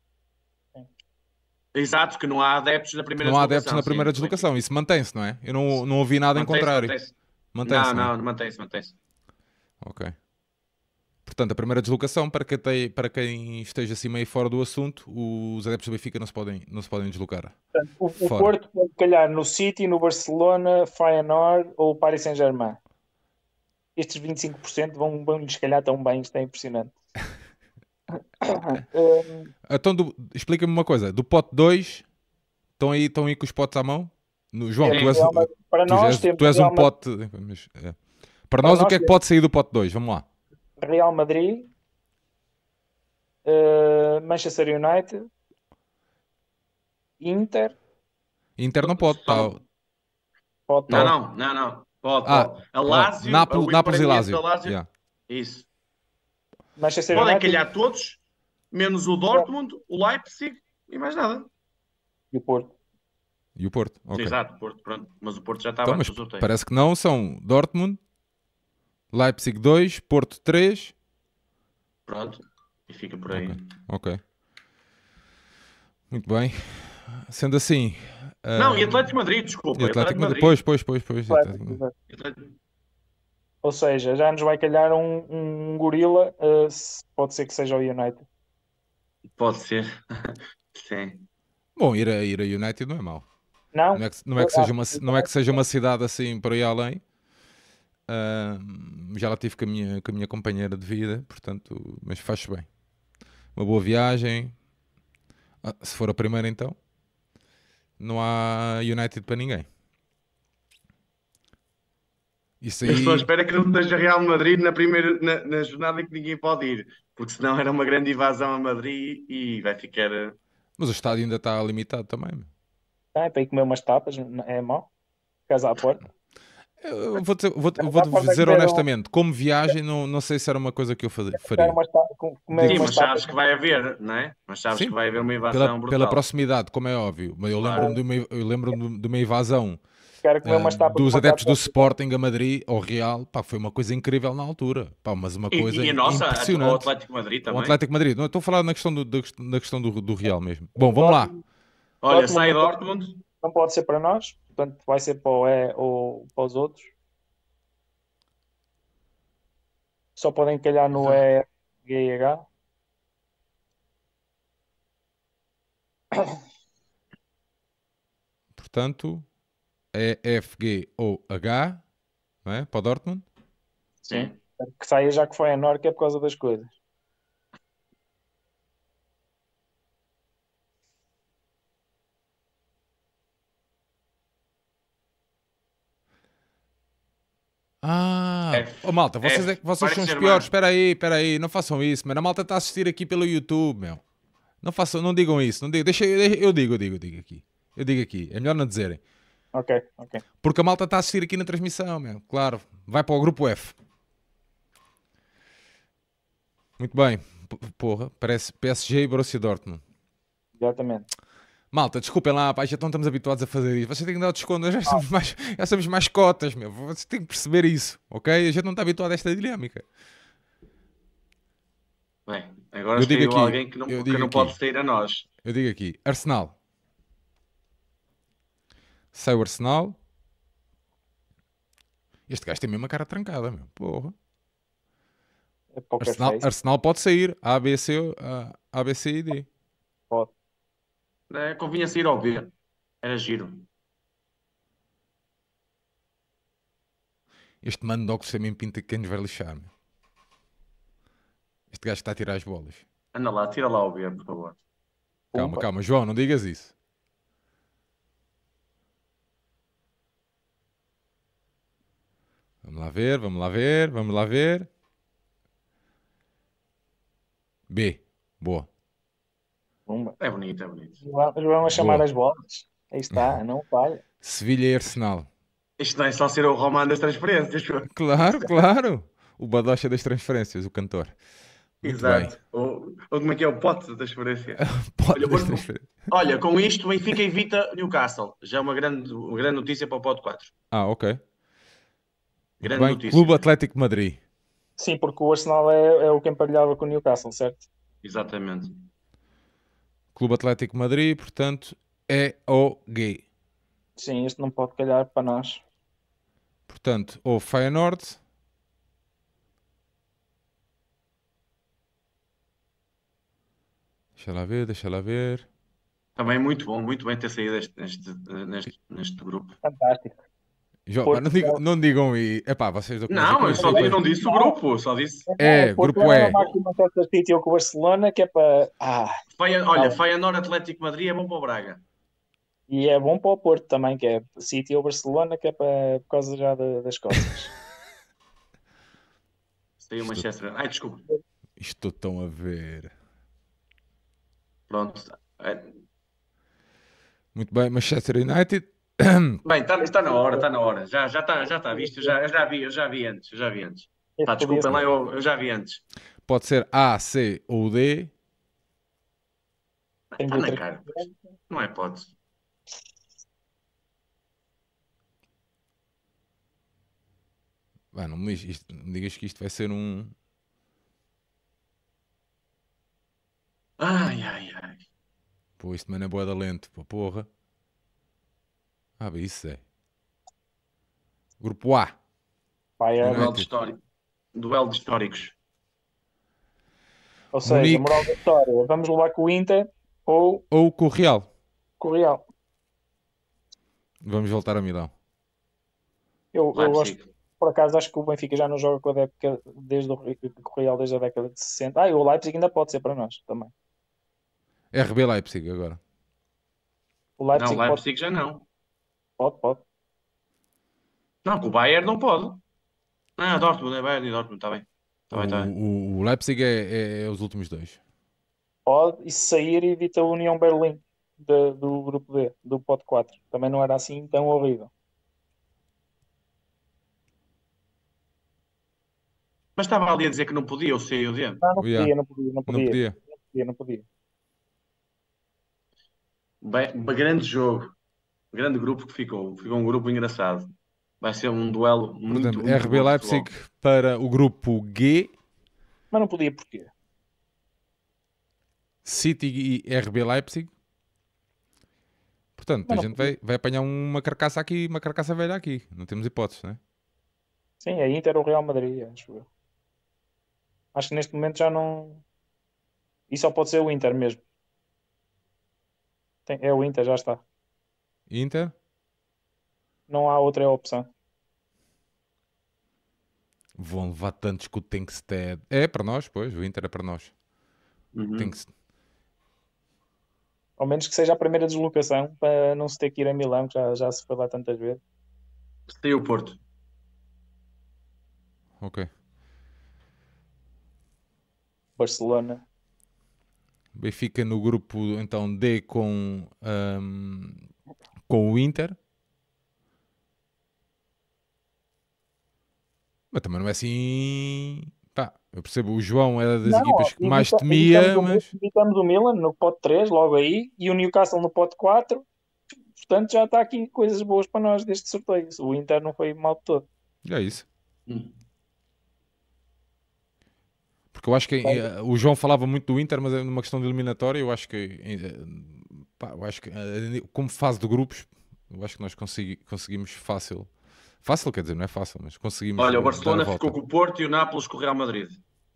Exato, que não há adeptos na Que primeira não há adeptos deslocação, na sim, primeira do Benfica. deslocação. Isso mantém-se, não é? Eu não, não ouvi nada em Mantém-se, contrário. mantém-se. Mantém-se, Não, não é? não, mantém-se, mantém-se. Ok. Portanto, a primeira deslocação, para quem, tem, para quem esteja assim meio fora do assunto, os adeptos do Benfica não se podem, não se podem deslocar. Portanto, o, o Fora. Porto pode calhar no City, no Barcelona, Feyenoord ou Paris Saint-Germain. Estes vinte e cinco por cento vão, vão lhes calhar tão bem, isto é impressionante. Um, Então, do- explica-me uma coisa. Do pote dois, estão aí, estão aí com os potes à mão? No, João, tu temos és, Real Madrid- para tu já nós és, temos tu és Real, um Ma- pote... mas, é. Para para nós, o nós que é que temos pode sair do pote dois? Vamos lá. Real Madrid, uh, Manchester United, Inter, Inter não pode. Só Tá, não- pode, Não, tá. pode. não, não, não. Pode, Ah, pode. A pode. Lazio, Nápoles, o Nápoles e emparelhamento da Lazio. Lazio. Yeah. Isso. Manchester Podem United calhar todos, menos o Dortmund, o Leipzig e mais nada. e o Porto. E o Porto, ok. Exato, Porto, pronto. Mas o Porto já estava Então, antes mas do sorteio. parece que não, são Dortmund, Leipzig dois, Porto três. Pronto, e fica por aí. Ok. Ok. Muito bem. Sendo assim... Não, ah, e Atlético de Madrid, desculpa. e Atlético Madrid. Pois, pois, pois, pois. Atlético Madrid. Atlético- Ou seja, já nos vai calhar um, um gorila, uh, se- pode ser que seja o United. Pode ser. Sim. Bom, ir a, ir a United não é mau. Não? Não é que, não é que seja uma, não é que seja uma cidade assim por aí além. Ah, já lá tive com a, minha, com a minha companheira de vida, portanto, mas faz bem. Uma boa viagem. Ah, se for a primeira, então, não há United para ninguém. Isso Eu estou à aí, espera que não esteja Real Madrid na, primeira, na, na jornada em que ninguém pode ir, porque senão era uma grande invasão a Madrid e vai ficar. eh, mas o estádio ainda está limitado também. Meu. Ah, é para ir comer umas tapas, é mau. Casa à porta. Eu vou, te, vou, Mas vou dá para dizer comer um- honestamente, como viagem, não, não sei se era uma coisa que eu faz- Comer faria. umas ta- com- comer Sim, umas mas sabes tapas. que vai haver, não é? Mas sabes Sim, que vai haver uma invasão pela, brutal. pela proximidade, como é óbvio. Mas eu Claro. lembro-me de, uma- eu lembro-me de uma invasão Quero comer ah, umas tapas. dos com adeptos do batata. Sporting a Madrid, ao Real. Pá, foi uma coisa incrível na altura. Pá, mas uma E, coisa e a nossa, o impressionante. Atlético de Madrid O também. Atlético de Madrid. Não, estou a falar na questão do, da, na questão do, do Real mesmo. Bom, vamos lá. Olha, Dortmund sai não- Dortmund. Não pode ser para nós, portanto vai ser para o E ou para os outros. Só podem calhar no E, G e H. Portanto, é F, G ou H, não é? Para o Dortmund. Sim. Que saia já que foi a Norca é por causa das coisas. Ah, F. oh, malta, vocês, F. é, que- vocês Paris são os Saint-Germain. piores. Espera aí, espera aí, não façam isso, mano. A malta está a assistir aqui pelo YouTube, meu. Não façam, não digam isso, não digam. Deixa, eu eu digo, eu digo, eu digo aqui. Eu digo aqui, é melhor não dizerem. Ok, ok. Porque a malta está a assistir aqui na transmissão, meu. Claro, vai para o grupo F. Muito bem. P- Porra, parece P S G e Borussia Dortmund. Exatamente. Malta, desculpem lá, pá, já não estamos habituados a fazer isso. Vocês têm que dar o desconto, nós já somos, mais, já somos mais cotas, meu. Vocês têm que perceber isso, ok? A gente não está habituado a esta dinâmica. Bem, agora Eu digo saiu aqui, alguém que não, eu que digo não aqui. pode sair a nós. Eu digo aqui, Arsenal. Sai o Arsenal. Este gajo tem mesmo uma cara trancada, meu. Porra. É poker Arsenal, face. Arsenal pode sair. A, B, C, A, A, B, C e D. Pode. É, convinha sair ao B. Era giro. Este mano de óculos também pinta que quem nos vai lixar, meu. Este gajo está a tirar as bolas. Anda lá, tira lá o B, por favor. Calma, Pumba. calma. João, não digas isso. Vamos lá ver, vamos lá ver, vamos lá ver. B. Boa. Pumba. É bonito, é bonito. Eles vão a chamar Boa. as bolas. Aí está, não falha. Sevilha e Arsenal. Isto não é só ser o Romano das transferências. Claro, claro. O badocha das transferências, o cantor. Muito Exato. Ou, ou como é que é o pote da transferência? bem. Pode Olha, das vou- transferências. Olha, com isto o Benfica evita Newcastle. Já é uma grande, uma grande notícia para o Pod quatro. Ah, ok. Muito Grande bem. notícia. Clube Atlético de Madrid. Sim, porque o Arsenal é, é o que emparelhava com o Newcastle, certo? Exatamente. Clube Atlético de Madrid, portanto, é o G. Sim, este não pode calhar para nós. Portanto, ou Feyenoord. Deixa lá ver, deixa lá ver. Também muito bom, muito bem ter saído este- neste, neste, neste grupo. Fantástico. João, Porto, pá, não, digam, não digam e. Epá, vocês do que mais Não, eu, eu só, sei eu não que- disse o grupo, só disse. É, Porto grupo é E. uma máquina Manchester City ou com o Barcelona, que é para. Ah, Feia- olha, Não. Feyenoord Atlético de Madrid é bom para o Braga. e é bom para o Porto também, que é City ou Barcelona, que é para, por causa já da- das costas. Saiu o Manchester. Ai, desculpa. Estou tão a ver. Pronto. É, Muito bem, Manchester United. bem, está, está na hora, está na hora. Já, já está, já está visto. Eu já, eu já vi, eu já vi antes. Eu já vi antes. Este Tá, podia desculpem ser- lá, eu, eu já vi antes. pode ser A, C ou D. Tem Está na outra- cara. Não é hipótese. Ah, não me, isto- me digas que isto vai ser um. Ai, ai, ai. Pô, isto também não é boa da lente, pô, porra. Ah, bem, isso é. Grupo A. Bayern. Não é Duelo de tipo- histórico. Duelo de históricos. Ou seja, Munique. moral da história, vamos levar com o Inter ou Ou com o Real. com o Real. Vamos voltar a Milão. Eu, eu gosto, Leipzig. por acaso, acho que o Benfica já não joga com a década, desde o, com o Real desde a década de sessenta. Ah, e o Leipzig ainda pode ser para nós também. R B Leipzig agora. O Não, Leipzig pode, Leipzig já não. pode, pode. Não, com o Bayern não pode. Ah, Dortmund, é Bayern e Dortmund, está bem. Está bem, está bem. O, o- o Leipzig é, é- é os últimos dois. Pode, e se sair, evita a União Berlim de- do grupo D, do pote quatro. Também não era assim tão horrível. Mas estava ali a dizer que não podia, o C e o D. Não, não Oh, yeah. podia, não podia, não Não podia. podia. Não podia, não podia. Bem, um grande jogo. Grande grupo que ficou. Ficou um grupo engraçado. Vai ser um duelo muito, Portanto, muito R B bom de Leipzig futebol. para o grupo G. Mas não podia porquê? City e R B Leipzig. Portanto, Mas a não gente vai, vai apanhar uma carcaça aqui, uma carcaça velha aqui. Não temos hipóteses, não é? Sim, é Inter ou Real Madrid, acho eu. Acho que neste momento já não. E só pode ser o Inter mesmo. Tem- É o Inter, já está. Inter. Não há outra opção. Vão levar tantos que o Tenkstead. É para nós, pois. O Inter é para nós. Uhum. Tem que... Ao menos que seja a primeira deslocação para não se ter que ir a Milão, que já, já se foi lá tantas vezes. Saiu o Porto. Ok. Barcelona. Benfica no grupo então D com, ahm, com o Inter. Mas também não é assim. Pá, eu percebo, o João era das Não, equipas que mais evita- temia, evitamos, o, Mi- mas. evitamos o Milan no pote três, logo aí, e o Newcastle no pote quatro. Portanto, já está aqui coisas boas para nós deste sorteio. O Inter não foi mal de todo. É isso. Hum. Porque eu acho que eh, o João falava muito do Inter, mas é numa questão de eliminatória. Eu acho que, eh, pá, eu acho que eh, como fase de grupos, eu acho que nós consegui- conseguimos fácil. Fácil, quer dizer, não é fácil, mas conseguimos Olha, eh, o Barcelona dar a ficou volta. com o Porto e o Nápoles com o Real Madrid.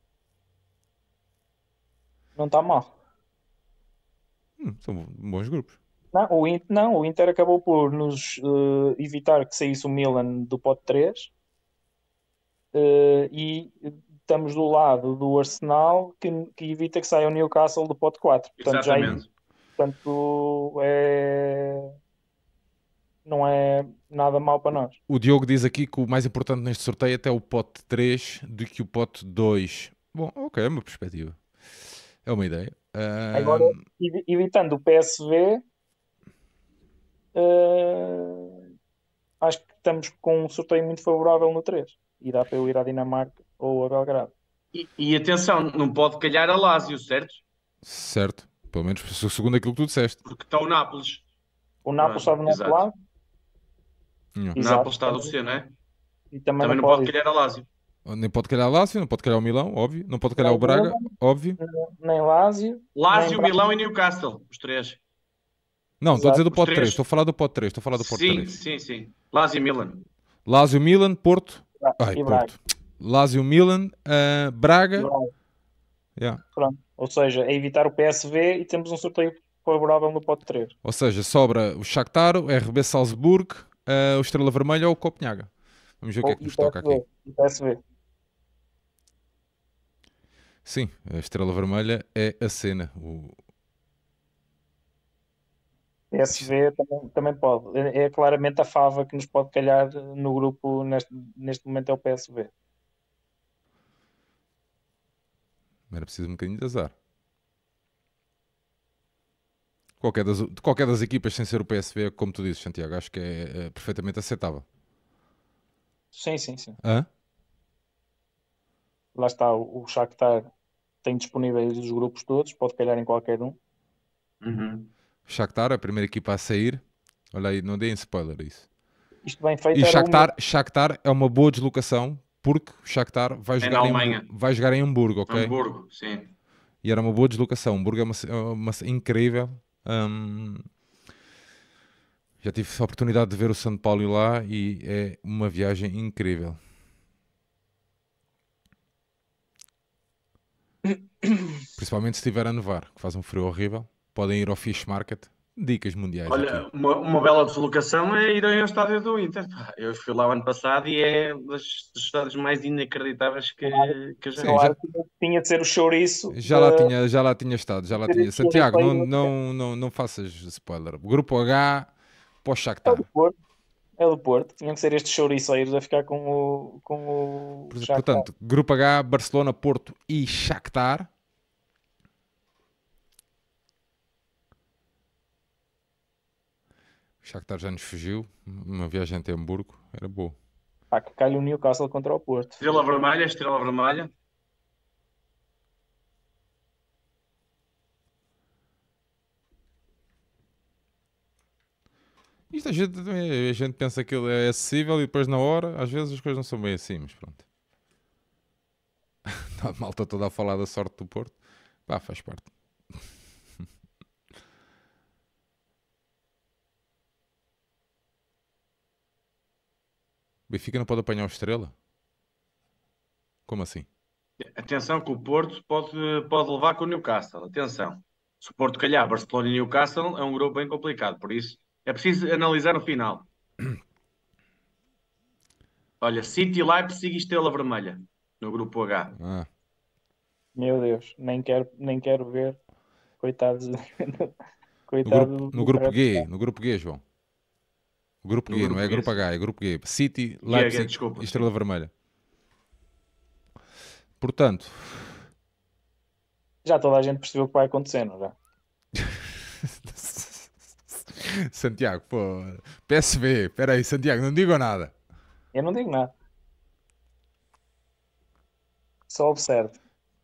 Não está mal. Hum, são bons grupos. Não, o Inter, não, o Inter acabou por nos eh, evitar que saísse o Milan do pote três, eh, e estamos do lado do Arsenal que, que evita que saia o Newcastle do pote quatro. Portanto, já aí, Exatamente. portanto, é, não é nada mal para nós. O Diogo diz aqui que o mais importante neste sorteio é até o pote três do que o pote dois. Bom, ok, é uma perspectiva. É uma ideia. Ah, Agora, evi- evitando o P S V, eh, acho que estamos com um sorteio muito favorável no três. E dá para eu ir à Dinamarca ou a Belgrado. E, e atenção, não pode calhar a Lazio, certo? certo. Pelo menos segundo aquilo que tu disseste. Porque está o Nápoles. O Nápoles está do nosso Exato. lado. Não. O Exato. Nápoles está do C, não é? E também, Também não não pode pode, calhar a Lazio. Nem pode calhar o Lácio, não pode calhar o Milão, óbvio. Não pode calhar Nem o Braga, Roma. óbvio. nem Lazio, Lazio, nem Braga. Milão e Newcastle. Os três. Não, estou a dizer do Os pote três. três. Estou a falar do pote três. Estou a falar do pote Sim, três. sim, sim. Lazio e Milan. Lásio, Milan, Porto. Ai, e Braga. Porto. Lásio, Milan, ah, Braga. E Braga. Yeah. Pronto. Ou seja, é evitar o P S V e temos um sorteio favorável no pote três. Ou seja, sobra o Shakhtar, o R B Salzburgo, ah, o Estrela Vermelha ou o Copenhaga. Vamos ver o que é que Ou- nos e toca aqui. P S V, e P S V. Sim, a Estrela Vermelha é a cena. O... P S V também, também pode. É, é claramente a fava que nos pode calhar no grupo neste, neste momento é o P S V. Era preciso um bocadinho de azar. Qualquer das, de qualquer das equipas sem ser o P S V, como tu dizes, Santiago, acho que é, é perfeitamente aceitável. Sim, sim, sim. Hã? Lá está o, o Shakhtar tem disponíveis os grupos todos, pode calhar em qualquer um. Uhum. Shakhtar, a primeira equipa a sair. Olha aí, não deem spoiler a isso. Isto bem feito E era Shakhtar, Shakhtar é uma boa deslocação, porque o Shakhtar vai É na jogar, em, Alemanha. vai jogar em Hamburgo, ok? Hamburgo, sim. E era uma boa deslocação. Hamburgo é uma, é uma incrível. Hum, já tive a oportunidade de ver o São Paulo lá e é uma viagem incrível. Principalmente se estiver a nevar, que faz um frio horrível. Podem ir ao Fish Market. Dicas mundiais Olha, aqui. uma, uma bela deslocação é ir ao estádio do Inter. Pá, eu fui lá o ano passado e é um dos, dos estádios mais inacreditáveis que, Claro, que eu já Sim, vi. já, claro que tinha de ser o chouriço já, lá de tinha, já lá tinha estado, já lá ter tinha. esse chouriço Santiago, aí. não, não, não, não faças spoiler. Grupo H para o É o do Shakhtar. Porto, é o do Porto. Tinham que ser estes chouriçeiros a ficar com o, com o Por- Shakhtar. Portanto, Grupo H, Barcelona, Porto e Shakhtar. O Shakhtar já nos fugiu. Uma viagem até Hamburgo. Era boa. Pá, que calha o Newcastle contra o Porto. Estrela Vermelha, Estrela Vermelha. Isto a gente, a gente pensa que ele é acessível e depois na hora, às vezes as coisas não são bem assim, mas pronto. A malta toda a falar da sorte do Porto. Pá, faz parte. Benfica não pode apanhar o Estrela? Como assim? Atenção que o Porto pode, pode levar com o Newcastle. Atenção. Se o Porto calhar Barcelona e Newcastle é um grupo bem complicado. Por isso é preciso analisar no final. Olha, City, Leipzig e Estrela Vermelha no grupo H. Ah, Meu Deus, nem quero, nem quero ver. Coitados. no Coitado grupo, no do grupo Travis G, Scott. no grupo G, João. O grupo No G, não grupo é G, grupo sim. H, é grupo G. City, G H, Leipzig desculpa, e Estrela sim. Vermelha. Portanto, Já toda a gente percebeu o que vai acontecer, não já? Santiago, pô, P S V, espera aí, Santiago, não digo nada. Eu não digo nada. Só observo.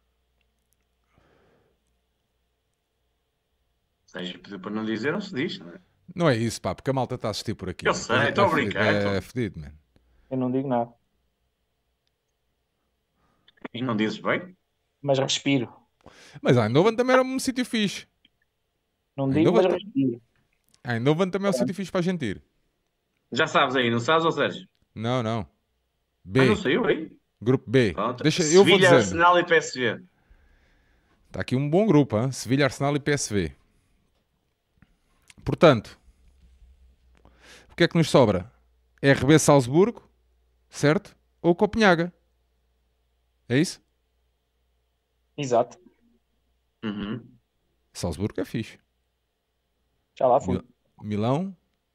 Ou seja, pediu para não dizer, não se diz, não é? Não é isso, pá, porque a malta está a assistir por aqui. Eu Depois sei, é, estou é a fedido, brincar. é, é Estou... fedido, man. Eu não digo nada. E não dizes bem? Mas respiro. Mas a Eindhoven também era um sítio fixe. Não A digo, mas Eindhoven, ta- respiro. a Eindhoven também é um Pronto. sítio fixe para a gente ir. Já sabes aí, não sabes, ou Sérgio? Não, não. Ah, não B, saiu aí? grupo B. Pronto. Deixa, eu vou Sevilha, dizendo. Arsenal e P S V. Está aqui um bom grupo, hein? Sevilha, Arsenal e P S V. Portanto, o que é que nos sobra? R B Salzburgo, certo? Ou Copenhaga. É isso? Exato. Uhum. Salzburgo é fixe. Já lá fui. Mil- Milão.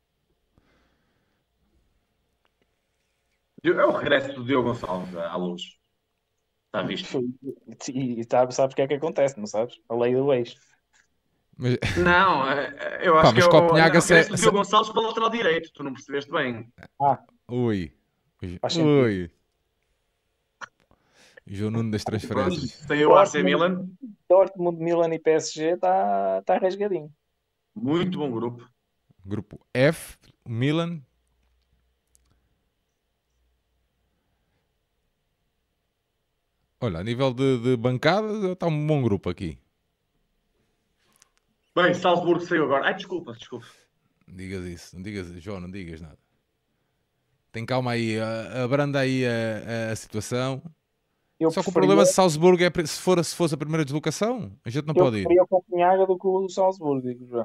É o regresso do Diogo Gonçalves à luz. Está visto? Fui. E, e sabe- sabes o que é que acontece, não sabes? A lei do ex. Mas, Não, é- é- eu pá, acho que é mas o, não, Copenhaga o se, é- regresso do se- Diogo Gonçalves para o lateral direito. Tu não percebeste bem. Ah, Ui. faz sentido. Ui. João Nuno das Pronto, transferências. saiu o A C Dortmund, Milan. Dortmund, Milan e P S G está tá rasgadinho. Muito bom grupo. Grupo F, Milan. Olha, a nível de, de bancadas, está um bom grupo aqui. Bem, Salzburgo saiu agora. Ai, desculpa, desculpa. Não digas isso, não digas, João, não digas nada. Tem calma aí, a- abranda aí a, a- a situação. Eu Só que o preferia, problema se Salzburgo é pri- se, for, se fosse a primeira deslocação, a gente não eu pode ir. preferia o Copenhaga do que o Salzburgo, digo já.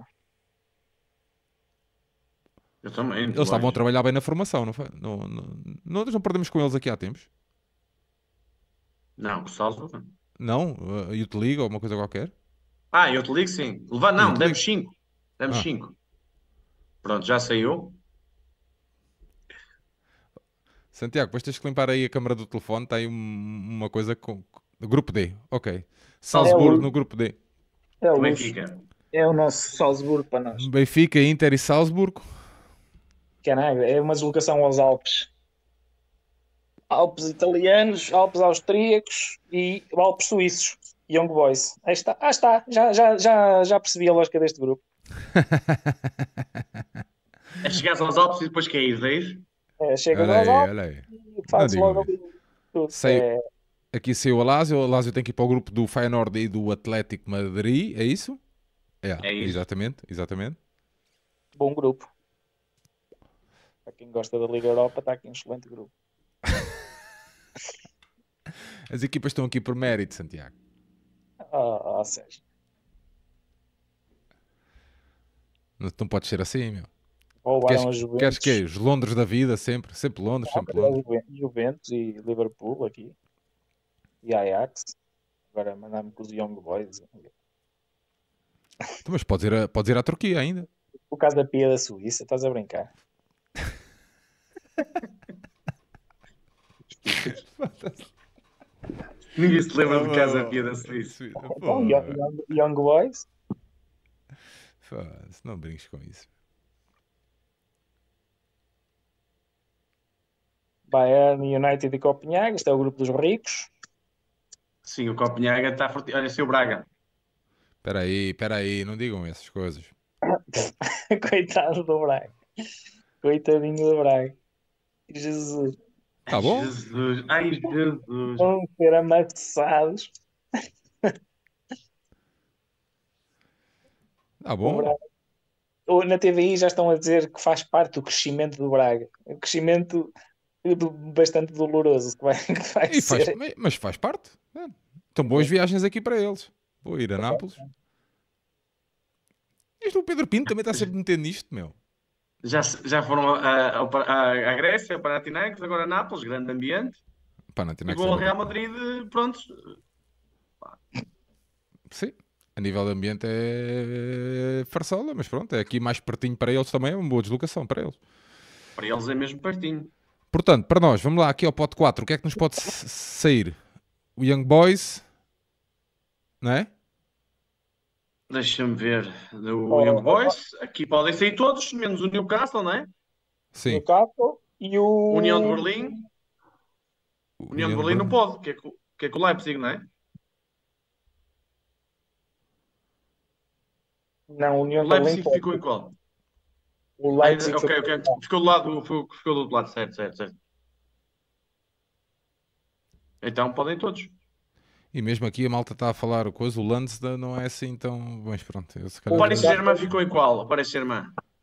Eu também, Eles estavam a longe. trabalhar bem na formação, não foi? Não, não, nós não perdemos com eles aqui há tempos. Não, com o Salzburgo. Não? A Youth League ou uma coisa qualquer? Ah, eu te ligo sim. Levar, A não, Youth demos League. cinco. Demos Ah, cinco. Pronto, já saiu. Santiago, depois tens que limpar aí a câmara do telefone. Está aí um- uma coisa com. Grupo D, ok. É Salzburgo o, no grupo D. é o O luxo. Benfica. É o nosso Salzburgo para nós. Benfica, Inter e Salzburgo. Caraca, é uma deslocação aos Alpes. Alpes italianos, Alpes austríacos e Alpes suíços. Young Boys. Aí está. Ah, está. Já, já, já, já percebi a lógica deste grupo. É chegares aos Alpes e depois caís, é isso? É, chegas Olha aos aí, Alpes olha aí. e Não fazes digam logo isso. ali tudo. Sei, É aqui saiu o Alásio. O Alásio tem que ir para o grupo do Feyenoord e do Atlético Madrid. É isso? É, É isso. exatamente, exatamente. bom grupo. Para quem gosta da Liga Europa, está aqui um excelente grupo. As equipas estão aqui por mérito, Santiago. Ah, ah, Sérgio. Não, não pode ser assim, meu. Queres, Roubaram a queres que é? Juventus. Os Londres da vida, sempre. Sempre Londres, Ah, sempre mas é Londres. Juven- Juventus e Liverpool aqui. E Ajax. Agora mandar-me com os Young Boys. Então, mas podes ir, a, podes ir à Turquia ainda. O caso da Pia da Suíça, estás a brincar? Ninguém se lembra de Casa Oh, Pia da Suíça. Então, Young, Young- Young Boys. Foda-se, não brinques com isso. Bayern United e Copenhague. Este é o grupo dos ricos. Sim, o Copenhaga está forte. Olha, se o Braga. Espera aí, espera aí, não digam essas coisas. Coitado do Braga. Coitadinho do Braga. Jesus. Tá Ai, bom? Jesus. Ai, Jesus. Vão ser amassados. Tá O bom? Braga. Ou na T V I já estão a dizer que faz parte do crescimento do Braga. Um crescimento do- bastante doloroso que vai, que vai E faz, ser. mas faz parte. É. Então, boas viagens aqui para eles. Vou ir a Nápoles. Isto o Pedro Pinto também está sempre metendo nisto, meu. Já, se- já foram a- a- a- à Grécia, ao Panathinaikos, agora a Nápoles, grande ambiente. Pá, não E tem que vão ao ser Real brutal. Madrid, pronto. Sim, a nível de ambiente é farsola, mas pronto, é aqui mais pertinho para eles também, é uma boa deslocação para eles. Para eles é mesmo pertinho. Portanto, para nós, vamos lá aqui ao pote quatro, o que é que nos pode s- sair? O Young Boys, não é? Deixa-me ver. O Young Oh, Boys, aqui podem sair todos, menos o Newcastle, não é? Sim, Newcastle e União de o. Berlim. o União de União de Berlim não Berlim. pode, que é com, que é com o Leipzig, não é? Não, o O União de Berlim Leipzig pode. ficou em qual? O Ainda, Leipzig foi. ok, ok. Ficou do lado, ficou, ficou do outro lado, certo, certo, certo. Então podem todos. E mesmo aqui a malta está a falar coisa, o Lansda não é assim tão... Mas pronto, eu se O calhar... Paris eh, Saint-Germain ficou em qual? O Paris Saint-Germain.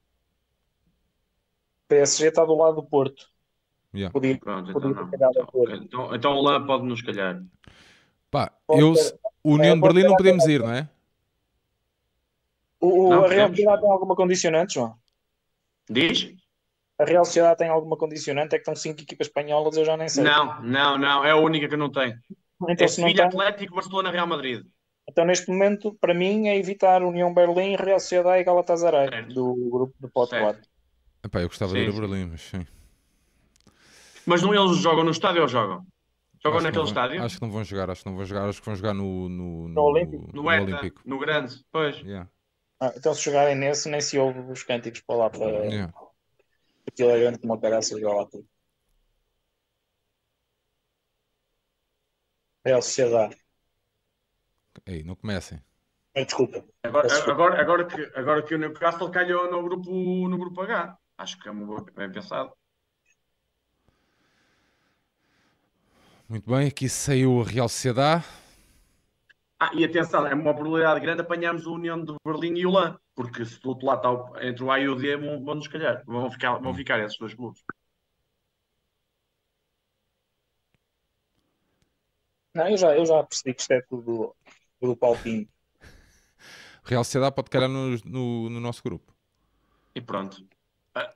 P S G está do lado do Porto. yeah. Podia, Pronto, então podia ter não. calhado a Então, ok. Porto. então, então o Lan pode nos calhar. Pá, Pode eu... se- ter- O é, União de pode Berlim ter não até- podemos ir, não é? O, o- Não, a Real podemos. Sociedade tem alguma condicionante, João? Diz? A Real Sociedade tem alguma condicionante? É que estão cinco equipas espanholas, eu já nem sei. Não, não, não. É a única que não tem. Então, É se não Sevilha, tem, Atlético, Barcelona, Real Madrid. então neste momento, para mim, é evitar União Berlim, Real Sociedade e Galatasaray, Certo, do grupo do Pote certo. quatro. Epá, eu gostava de ir Sim, a sim. Berlim, mas sim. Mas não eles jogam no estádio ou jogam? Jogam Acho que, não naquele vão, estádio? acho que não vão jogar, acho que não vão jogar, acho que vão jogar no, no, No Olímpico? no, No no Hertha, Olímpico. no Grande. Pois. Yeah. Ah, então, se jogarem nesse, nem se ouve os cânticos para lá, para Yeah. aquilo é grande como o caraças galáctico. Real Sociedade. Ei, não comecem. Ai, desculpa. Agora, Peço desculpa. agora, agora, que, agora que o Newcastle calhou no grupo, no grupo H. Acho que é uma boa, bem pensado. Muito bem, aqui saiu a Real Sociedade. Ah, e atenção, é uma probabilidade grande apanharmos o União de Berlim e o Lan. Porque se do outro lado está o- entre o A e o D, vão, vão nos calhar. Vão ficar, vão Hum. ficar esses dois clubes. Não, eu já, eu já percebi que isto é tudo do palpinho. Real Sociedade pode calhar no, no, no nosso grupo. E pronto. Ah.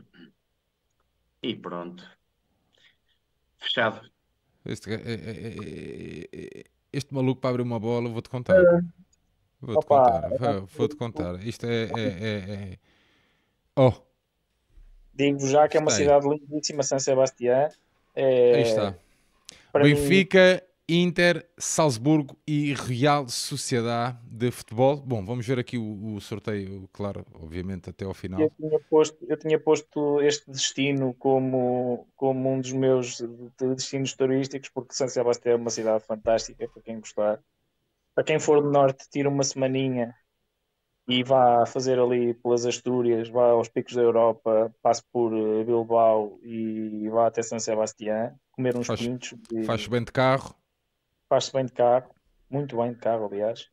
E pronto. Fechado. Este, é- é- é- é- este maluco para abrir uma bola, vou-te contar. Vou-te Opa, contar. vou- Vou-te contar. Isto é. é- é- é- Oh, digo-vos já que é uma Está aí. cidade lindíssima, San Sebastián. aí É, está. para mim, Benfica, Inter, Salzburgo e Real Sociedade de Futebol. Bom, vamos ver aqui o, o sorteio, claro, obviamente até ao final. eu tinha posto, eu tinha posto este destino como, como um dos meus de- destinos turísticos, porque San Sebastián é uma cidade fantástica para quem gostar. para quem for do Norte, tira uma semaninha e vá fazer ali pelas Astúrias, vá aos picos da Europa, passe por eh, Bilbao e vá até San Sebastián, comer uns Faz, pintos, faz e bem de carro. faz-se bem de carro, muito bem de carro, aliás,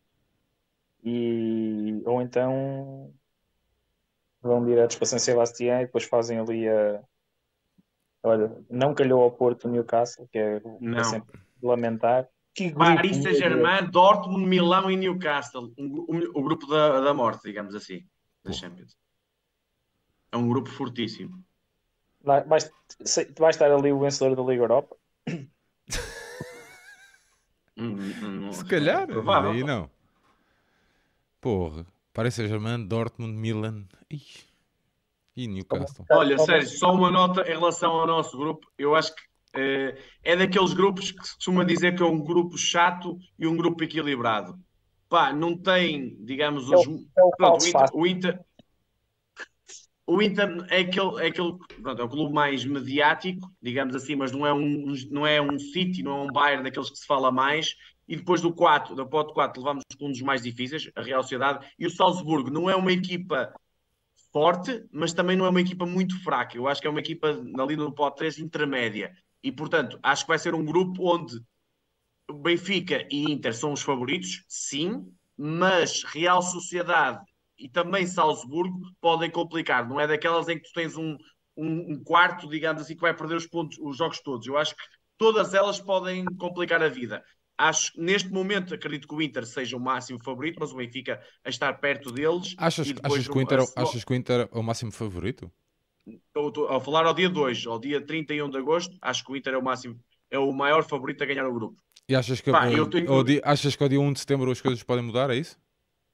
e, ou então vão diretos para San Sebastián e depois fazem ali a. Olha, não calhou ao Porto Newcastle, que é para Não. sempre lamentar. Que grupo, Paris meu Deus. Saint-Germain, Dortmund, Milão e Newcastle. Um- o, o grupo da, da morte, digamos assim, da Pô. Champions. É um grupo fortíssimo. Vai, vai, vai estar ali o vencedor da Liga Europa. Hum, hum, não Se sei, calhar, é provável. aí não. Porra, Paris Saint-Germain, Dortmund, Milan Ih. e Newcastle. Olha, sério, só uma nota em relação ao nosso grupo. Eu acho que eh, é daqueles grupos que se costuma dizer que é um grupo chato e um grupo equilibrado. Pá, não tem, digamos, É o, os. é o Pronto, o falso Inter, fácil. o Inter, o Inter é aquele, é aquele pronto, é o clube mais mediático, digamos assim, mas não é um, não é um City, não é um Bayern daqueles que se fala mais. E depois do quatro, da pote quatro, levamos com um dos mais difíceis, a Real Sociedade. E o Salzburgo não é uma equipa forte, mas também não é uma equipa muito fraca. Eu acho que é uma equipa ali no pote três intermédia. E, portanto, acho que vai ser um grupo onde Benfica e Inter são os favoritos, sim, mas Real Sociedade e também Salzburgo podem complicar. Não é daquelas em que tu tens um, um, um quarto, digamos assim, que vai perder os pontos, os jogos todos. Eu acho que todas elas podem complicar a vida. Acho que neste momento acredito que o Inter seja o máximo favorito, mas o Benfica a estar perto deles. Achas, E depois achas, que o Inter, é- achas que o Inter é o máximo favorito? Estou a falar ao dia dois, ao dia trinta e um de agosto, acho que o Inter é o máximo, é o maior favorito a ganhar o grupo. E achas que, Pá, eu uh, ao tenho. dia, achas que ao dia um de setembro as coisas podem mudar, é isso?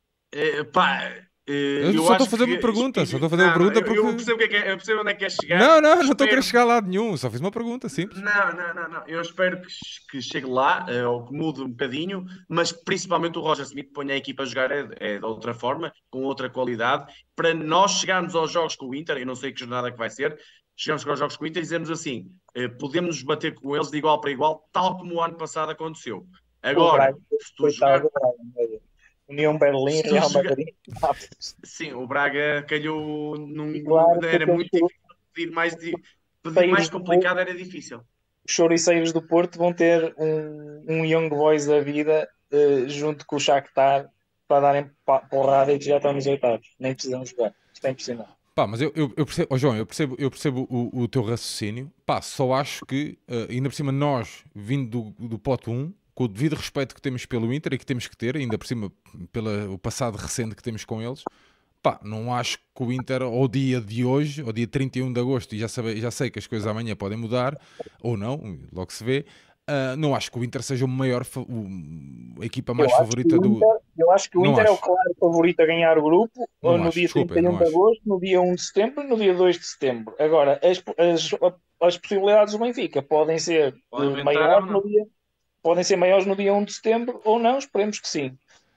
eh, pá, eh, Eu eu só estou a acho fazer uma que. pergunta, só estou a fazer uma Não, não, pergunta eu, porque... eu percebo, o que é que é- eu percebo onde é que quer chegar. Não, não, não estou a querer Espero. chegar a lado nenhum, só fiz uma pergunta simples. Não, não, não, não. Eu espero que, que chegue lá, eh, ou que mude um bocadinho, mas que principalmente o Roger Smith ponha a equipa a jogar é, é de outra forma, com outra qualidade, para nós chegarmos aos jogos com o Inter, eu não sei que jornada que vai ser, chegamos aos jogos com o Inter e dizemos assim, eh, podemos nos bater com eles de igual para igual, tal como o ano passado aconteceu. O Agora, Braga, se tu coitado jogar, do Braga, meu Deus. União Berlim, se tu Real jogar, Madrid. Nápoles. sim, o Braga calhou num, E num- claro que era aqueles muito difícil pedir mais, di- pedir choriceiros mais do Porto, complicado, era difícil. os choriceiros do Porto vão ter um, um Young Boys da vida eh, junto com o Shakhtar para darem pa- porrada e que já estão nos oitavos. Nem precisam jogar. Isto é impressionante. Pá, mas eu, eu, eu percebo, oh João, eu percebo, eu percebo o, o teu raciocínio. Pá, só acho que, uh, ainda por cima, nós, vindo do, do pote um, com o devido respeito que temos pelo Inter e que temos que ter, ainda por cima, pelo passado recente que temos com eles, pá, não acho que o Inter, ao dia de hoje, ao dia trinta e um de agosto, e já, sabe, já sei que as coisas amanhã podem mudar, ou não, logo se vê, uh, não acho que o Inter seja o maior, fa- o, a equipa mais Eu acho favorita que o do... Inter, eu acho que o Não Inter é o acho. claro favorito a ganhar o grupo Não no acho, dia desculpem, trinta e um não de acho. agosto, no dia um de setembro e no dia dois de setembro. Agora, as, as, as possibilidades do Benfica podem ser Pode eh, aumentar ou maiores no não. dia, podem ser maiores no dia um de setembro ou não, esperemos que sim.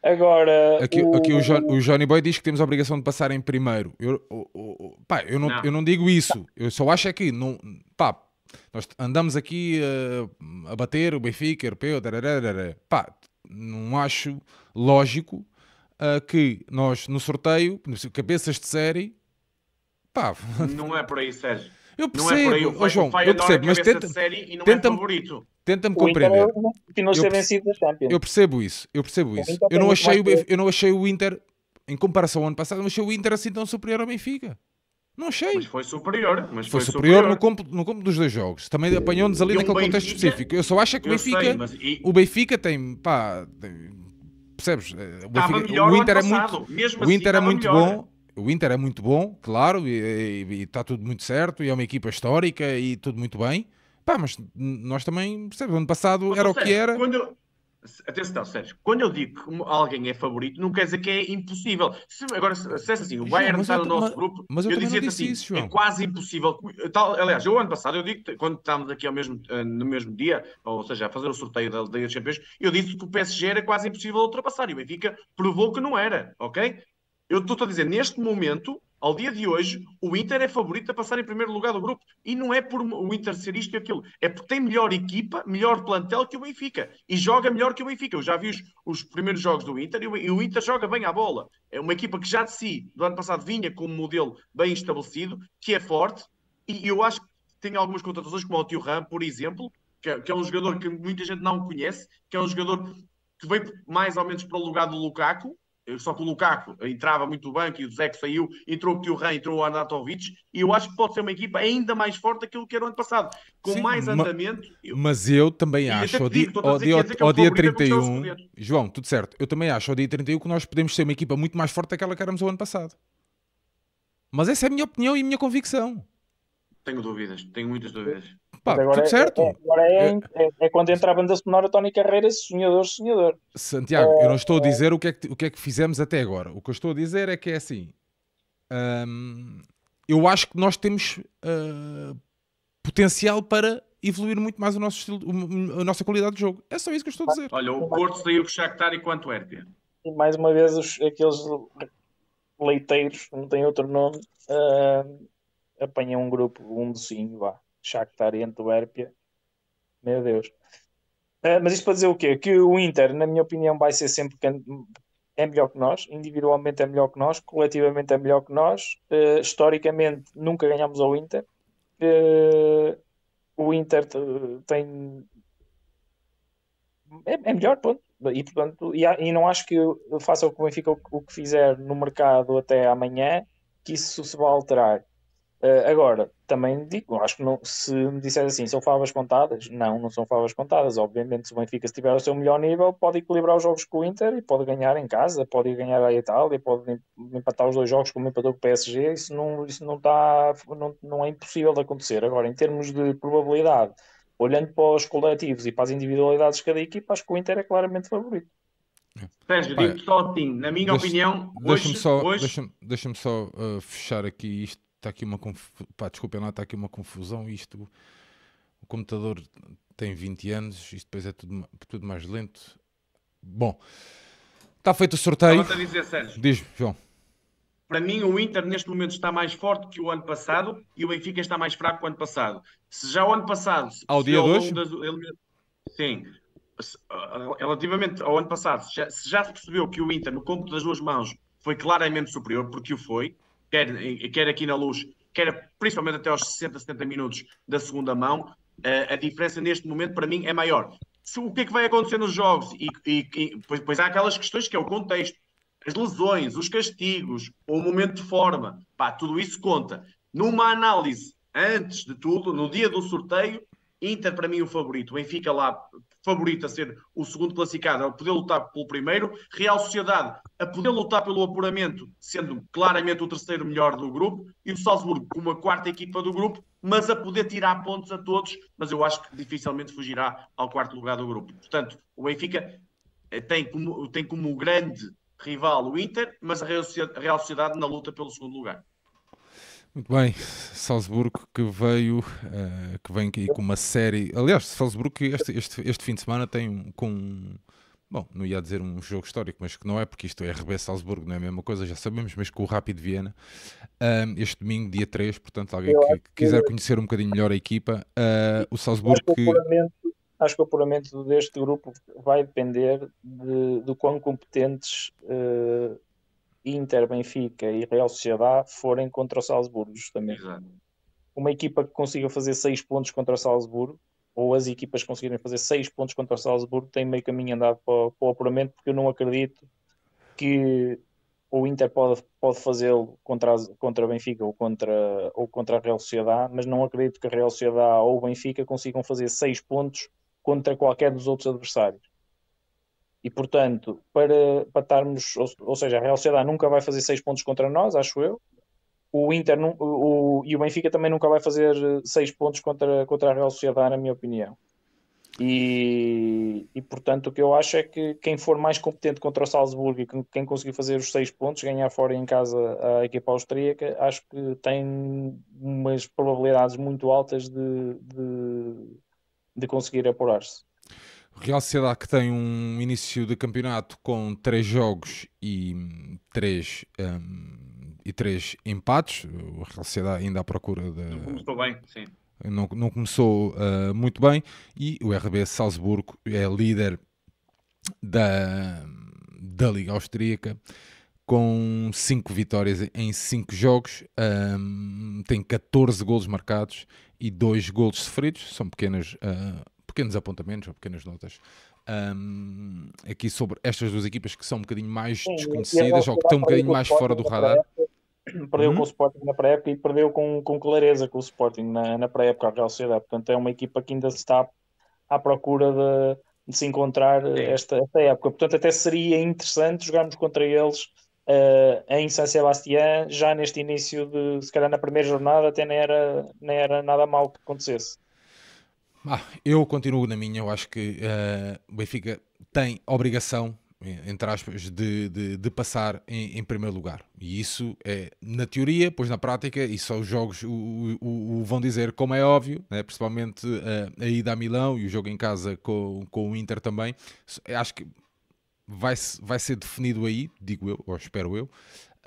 Agora, Aqui, aqui o, Jo- o, o Johnny Boy diz que temos a obrigação de passar em primeiro. Eu, o- o- o- pá, eu, não, eu Não. não digo isso. Eu só acho é que não, pá, nós andamos aqui uh, a bater o Benfica, europeu, tararara. Pá, não acho lógico uh, que nós no sorteio, cabeças de série, pá, Não é por aí, Sérgio. eu Não é por aí. O, percebo, oh, Fe- o João, eu Feyenoord é percebo, mas cabeça tenta, de série e não é tenta-me favorito. tenta-me o Inter compreender. continua a Eu ser perce- vencido da Champions. Eu percebo isso, eu percebo O isso. Inter Eu tem não, muito achei mais o, Benf- que- eu não achei o Inter, em comparação ao ano passado, não achei o Inter assim tão superior ao Benfica. Não achei. Mas foi superior. Mas Foi foi superior superior. no campo, no campo dos dois jogos. Também apanhou-nos ali E um naquele contexto Benfica- específico. Eu só acho é que o Eu Benfica, sei, mas e- o Benfica tem, pá, tem- percebes? O, estava Benfica- melhor o o Inter é ano muito, passado. Mesmo o assim, Inter é estava muito melhor. bom. O Inter é muito bom, claro, e está tudo muito certo, e é uma equipa histórica e tudo muito bem. Pá, mas nós também, percebes? O ano passado Mas, era ó, o que Sérgio, era. Quando eu... Atenção, Sérgio. Quando eu digo que alguém é favorito, não quer dizer que é impossível. Se, agora, se dissesse assim, o João, Bayern mas está eu no ta- nosso mas- grupo, mas eu eu também não dizia-te disse assim, isso, é João. quase impossível. Tal, aliás, eu ano passado, eu digo, que quando estávamos aqui ao mesmo, eh, no mesmo dia, ou seja, a fazer o sorteio da Liga dos Campeões, eu disse que o P S G era quase impossível de ultrapassar, e o Benfica provou que não era, ok? Eu estou a dizer, neste momento, ao dia de hoje, o Inter é favorito a passar em primeiro lugar do grupo. E não é por o Inter ser isto e aquilo. É porque tem melhor equipa, melhor plantel que o Benfica. E joga melhor que o Benfica. Eu já vi os, os primeiros jogos do Inter e o, e o Inter joga bem à bola. É uma equipa que já de si, do ano passado, vinha com um modelo bem estabelecido, que é forte. E eu acho que tem algumas contratações, como o Thuram, por exemplo, que é, que é um jogador que muita gente não conhece, que é um jogador que veio mais ou menos para o lugar do Lukaku, só que o Lukaku entrava muito bem, e o Zé saiu, entrou o Thuram, entrou o Arnautovic, e eu acho que pode ser uma equipa ainda mais forte daquilo que era o ano passado, com Sim, mais ma andamento. Eu, mas eu também e acho, até ao te dia, digo, estou a ao dizer, dia, quer dizer que é ao o dia favorito a conquistar o trinta e um, Scudetto. João, tudo certo, eu também acho, ao dia trinta e um, que nós podemos ser uma equipa muito mais forte daquela que éramos o ano passado. Mas essa é a minha opinião e a minha convicção. Tenho dúvidas, tenho muitas dúvidas. Pá, Mas agora, tudo é, é, certo. agora é, É, é, é quando entra a banda sonora Tony Carreira, sonhador, sonhador. Santiago, eu não estou a dizer o que, é que, o que é que fizemos até agora. O que eu estou a dizer é que é assim. hum, eu acho que nós temos uh, potencial para evoluir muito mais o nosso estilo, o- a nossa qualidade de jogo. É só isso que eu estou a dizer. Olha, o Porto saiu com o Shakhtar e com o Antuérpia. E mais uma vez, os, aqueles leiteiros, não tem outro nome, ah, apanham um grupo, um docinho, vá. Shakhtar e Antuérpia. Meu Deus. Ah, mas isto para dizer o quê? Que o Inter, na minha opinião, vai ser sempre can- é melhor que nós, individualmente é melhor que nós, coletivamente é melhor que nós, Ah, historicamente nunca ganhamos ao Inter. Ah, o Inter te- tem é, é melhor, ponto. E, portanto, e, há- e não acho que faça o que o Benfica o, o que fizer no mercado até amanhã, que isso se vai alterar. Uh, agora, também digo, acho que não, se me disseres assim, são favas contadas? Não, não são favas contadas. Obviamente, se o Benfica estiver ao seu melhor nível, pode equilibrar os jogos com o Inter e pode ganhar em casa, pode ir ganhar a Itália, pode empatar os dois jogos como empatou com o P S G. Isso não, isso não, está, não, não é impossível de acontecer. Agora, em termos de probabilidade, olhando para os coletivos e para as individualidades de cada equipa, acho que o Inter é claramente favorito. Sérgio, Pá, digo só assim, na minha deixa- opinião, deixa-me hoje, só, hoje deixa deixa só uh, fechar aqui isto. Está aqui uma confusão. Pá, desculpem lá, está aqui uma confusão. Isto, o computador tem vinte anos, isto depois é tudo, ma- tudo mais lento. Bom, está feito o sorteio. estava-te a dizer, Sérgio, Diz, João. para mim o Inter neste momento está mais forte que o ano passado e o Benfica está mais fraco que o ano passado. Se já o ano passado se Ao percebeu dia ao de longo hoje? das eliminatórias, sim, se- ah, relativamente ao ano passado, se já, se já se percebeu que o Inter no campo das duas mãos foi claramente superior, porque o foi, quer, quer aqui na Luz, quer principalmente até aos sessenta, setenta minutos da segunda mão, a, a diferença neste momento para mim é maior. Se, o que é que vai acontecer nos jogos? E, e, e pois, pois há aquelas questões que é o contexto, as lesões, os castigos, o momento de forma, pá, tudo isso conta. Numa análise, antes de tudo, no dia do sorteio, Inter para mim o favorito, o Benfica lá favorito a ser o segundo classificado, a poder lutar pelo primeiro, Real Sociedade a poder lutar pelo apuramento, sendo claramente o terceiro melhor do grupo, e o Salzburgo como a quarta equipa do grupo, mas a poder tirar pontos a todos, mas eu acho que dificilmente fugirá ao quarto lugar do grupo. Portanto, o Benfica tem como, tem como grande rival o Inter, mas a Real Sociedade na luta pelo segundo lugar. Muito bem, Salzburgo que veio, uh, que vem aqui com uma série. Aliás, Salzburgo que este, este, este fim de semana tem um, com. Bom, não ia dizer um jogo histórico, mas que não é, porque isto é R B Salzburgo, não é a mesma coisa, já sabemos, mas com o Rapid Viena, um, este domingo, dia três, portanto, alguém que, que quiser conhecer um bocadinho melhor a equipa, uh, o Salzburgo Acho que o que. apuramento, acho que o apuramento deste grupo vai depender de, do quão competentes uh, Inter, Benfica e Real Sociedade forem contra o Salzburgo, justamente. Exato. Uma equipa que consiga fazer seis pontos contra o Salzburgo, ou as equipas que conseguirem fazer seis pontos contra o Salzburgo, tem meio caminho andado para, para o apuramento, porque eu não acredito que o Inter pode, pode fazê-lo contra, contra a Benfica ou contra, ou contra a Real Sociedade, mas não acredito que a Real Sociedade ou o Benfica consigam fazer seis pontos contra qualquer dos outros adversários. E, portanto, para, para estarmos... Ou, ou seja, a Real Sociedade nunca vai fazer seis pontos contra nós, acho eu. O Inter não, o, o, e o Benfica também nunca vai fazer seis pontos contra, contra a Real Sociedade, na minha opinião. E, e, portanto, o que eu acho é que quem for mais competente contra o Salzburgo e quem conseguir fazer os seis pontos, ganhar fora em casa a equipa austríaca, acho que tem umas probabilidades muito altas de, de, de conseguir apurar-se. Real Sociedade que tem um início de campeonato com três jogos e três um, e três empates. O Real Sociedade ainda à procura de... Não começou bem, sim. Não, não começou uh, muito bem, e o R B Salzburgo é líder da, da Liga Austríaca com cinco vitórias em cinco jogos, um, tem catorze golos marcados e dois golos sofridos. São pequenas, uh, pequenos apontamentos ou pequenas notas um, aqui sobre estas duas equipas que são um bocadinho mais Sim, desconhecidas ou que estão um bocadinho mais fora do radar. Perdeu uhum. com o Sporting na pré-época e perdeu com, com clareza com o Sporting na, na pré-época, a Real Sociedade. Portanto, é uma equipa que ainda está à procura de, de se encontrar esta, esta época. Portanto, até seria interessante jogarmos contra eles uh, em San Sebastián, já neste início de, se calhar na primeira jornada, até nem era, nem era nada mal que acontecesse. Ah, eu continuo na minha. Eu acho que uh, o Benfica tem obrigação, entre aspas, de, de, de passar em, em primeiro lugar. E isso é na teoria, pois na prática, e só os jogos o, o, o vão dizer, como é óbvio, né? Principalmente uh, a ida a Milão e o jogo em casa com, com o Inter também. Acho que vai, vai ser definido aí, digo eu, ou espero eu.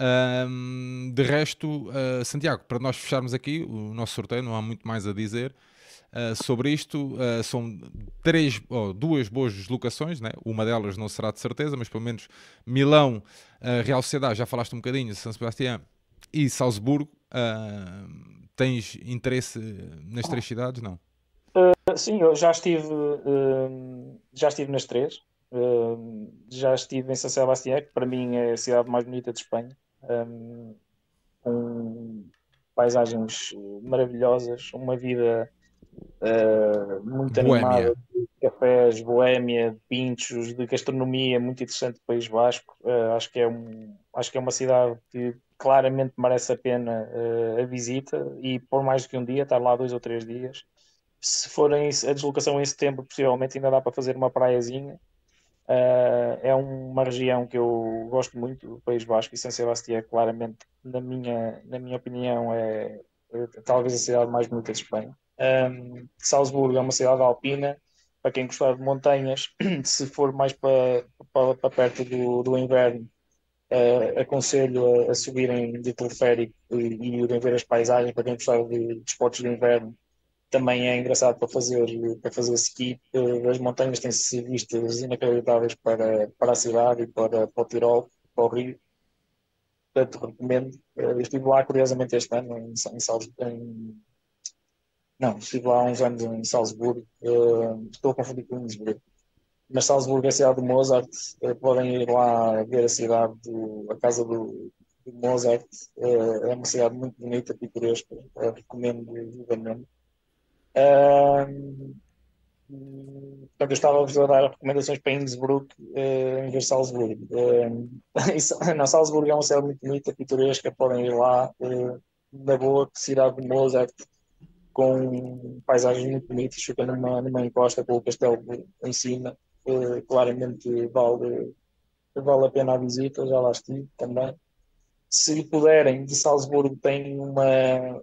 Um, de resto, uh, Santiago, para nós fecharmos aqui o nosso sorteio, não há muito mais a dizer. Uh, sobre isto, uh, são três, oh, duas boas deslocações, né? Uma delas não será de certeza, mas pelo menos Milão, uh, Real Sociedade, já falaste um bocadinho, San Sebastián e Salzburgo. Uh, tens interesse nas três cidades? Não? Uh, sim, eu já estive, uh, já estive nas três. Uh, já estive em San Sebastián, que para mim é a cidade mais bonita de Espanha, um, com paisagens maravilhosas, uma vida Uh, muito Boémia. animada, de cafés, boémia, de pinchos, de gastronomia muito interessante do País Basco. Uh, acho que é um, acho que é uma cidade que claramente merece a pena uh, a visita, e por mais do que um dia, estar lá dois ou três dias. Se forem a deslocação em setembro, possivelmente ainda dá para fazer uma praiazinha. Uh, é uma região que eu gosto muito do País Basco, e San Sebastián, claramente, na minha, na minha opinião, é, é talvez a cidade mais bonita de Espanha. Um, Salzburgo é uma cidade alpina, para quem gostar de montanhas. Se for mais para, para, para perto do, do inverno, uh, aconselho a, a subirem de teleférico e, e irem ver as paisagens. Para quem gostar de desportos de, de inverno, também é engraçado para fazer, para fazer ski. Uh, as montanhas têm-se vistas inacreditáveis para, para a cidade e para, para o Tirol, para o Rio. Portanto, recomendo. Uh, eu estive lá, curiosamente, este ano em, em Salzburgo. Não, estive lá há uns anos em Salzburgo. Uh, estou a confundir com Innsbruck. Mas Salzburgo é a cidade do Mozart. Uh, podem ir lá ver a cidade, do, a casa do, do Mozart. Uh, é uma cidade muito bonita, pitoresca. Uh, recomendo vivamente. Uh, portanto, eu estava a dar recomendações para Innsbruck uh, em vez de Salzburgo. Uh, não, Salzburgo é uma cidade muito bonita, pitoresca. Podem ir lá. Uh, na boa, cidade do Mozart, com paisagens muito bonitas, fica numa, numa encosta com o castelo em cima. Uh, claramente vale, vale a pena a visita, já lá estive também. Se puderem, de Salzburgo tem uma...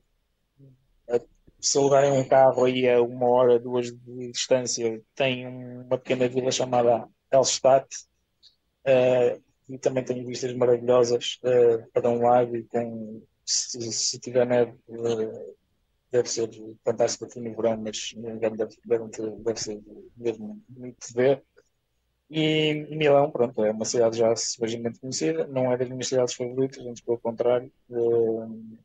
Se alugarem um carro aí a uma hora, duas de distância, tem uma pequena vila chamada Hallstatt, uh, e também tem vistas maravilhosas uh, para um lago, e com, se, se tiver neve, uh, deve ser fantástico aqui no verão, mas no inverno deve, deve, deve ser mesmo bonito de ver. E Milão, pronto, é uma cidade já suavemente conhecida, não é das minhas cidades favoritas, antes pelo contrário. Uh,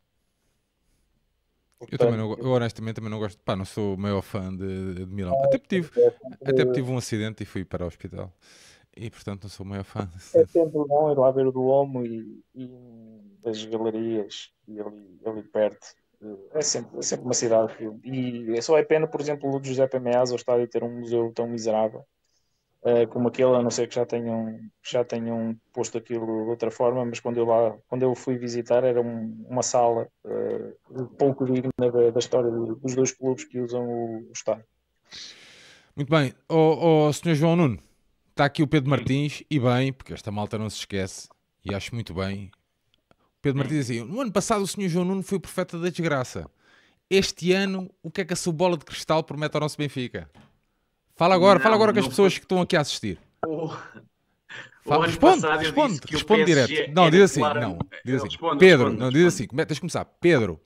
Eu, também não, eu honestamente também não gosto, pá, não sou o maior fã de, de Milão. Até porque, tive, até porque tive um acidente e fui para o hospital. E portanto não sou o maior fã. É sempre bom ir lá ver o Duomo e, e as galerias e ali, ali perto. É sempre, é sempre uma cidade que... E só é pena, por exemplo, o Giuseppe Meazza, o estádio, ter um museu tão miserável uh, como aquele, a não ser que já tenham, já tenham posto aquilo de outra forma, mas quando eu lá, quando eu fui visitar, era um, uma sala uh, pouco digna da, da história dos dois clubes que usam o, o estádio. Muito bem. Ó oh, senhor João Nuno, está aqui o Pedro Martins, e bem, porque esta malta não se esquece, e acho muito bem. Pedro Martins diz assim: no ano passado o senhor João Nuno foi o profeta da desgraça. Este ano, o que é que a sua bola de cristal promete ao nosso Benfica? Fala agora, não, fala agora com as pessoas foi... que estão aqui a assistir. O, O Fala, ano responde, passado eu responde, disse que o responde P S G direto. Não, era diz assim, claro. não, diz Eu assim. respondo, Pedro, respondo, não, diz respondo. assim, come- tens de começar. Pedro,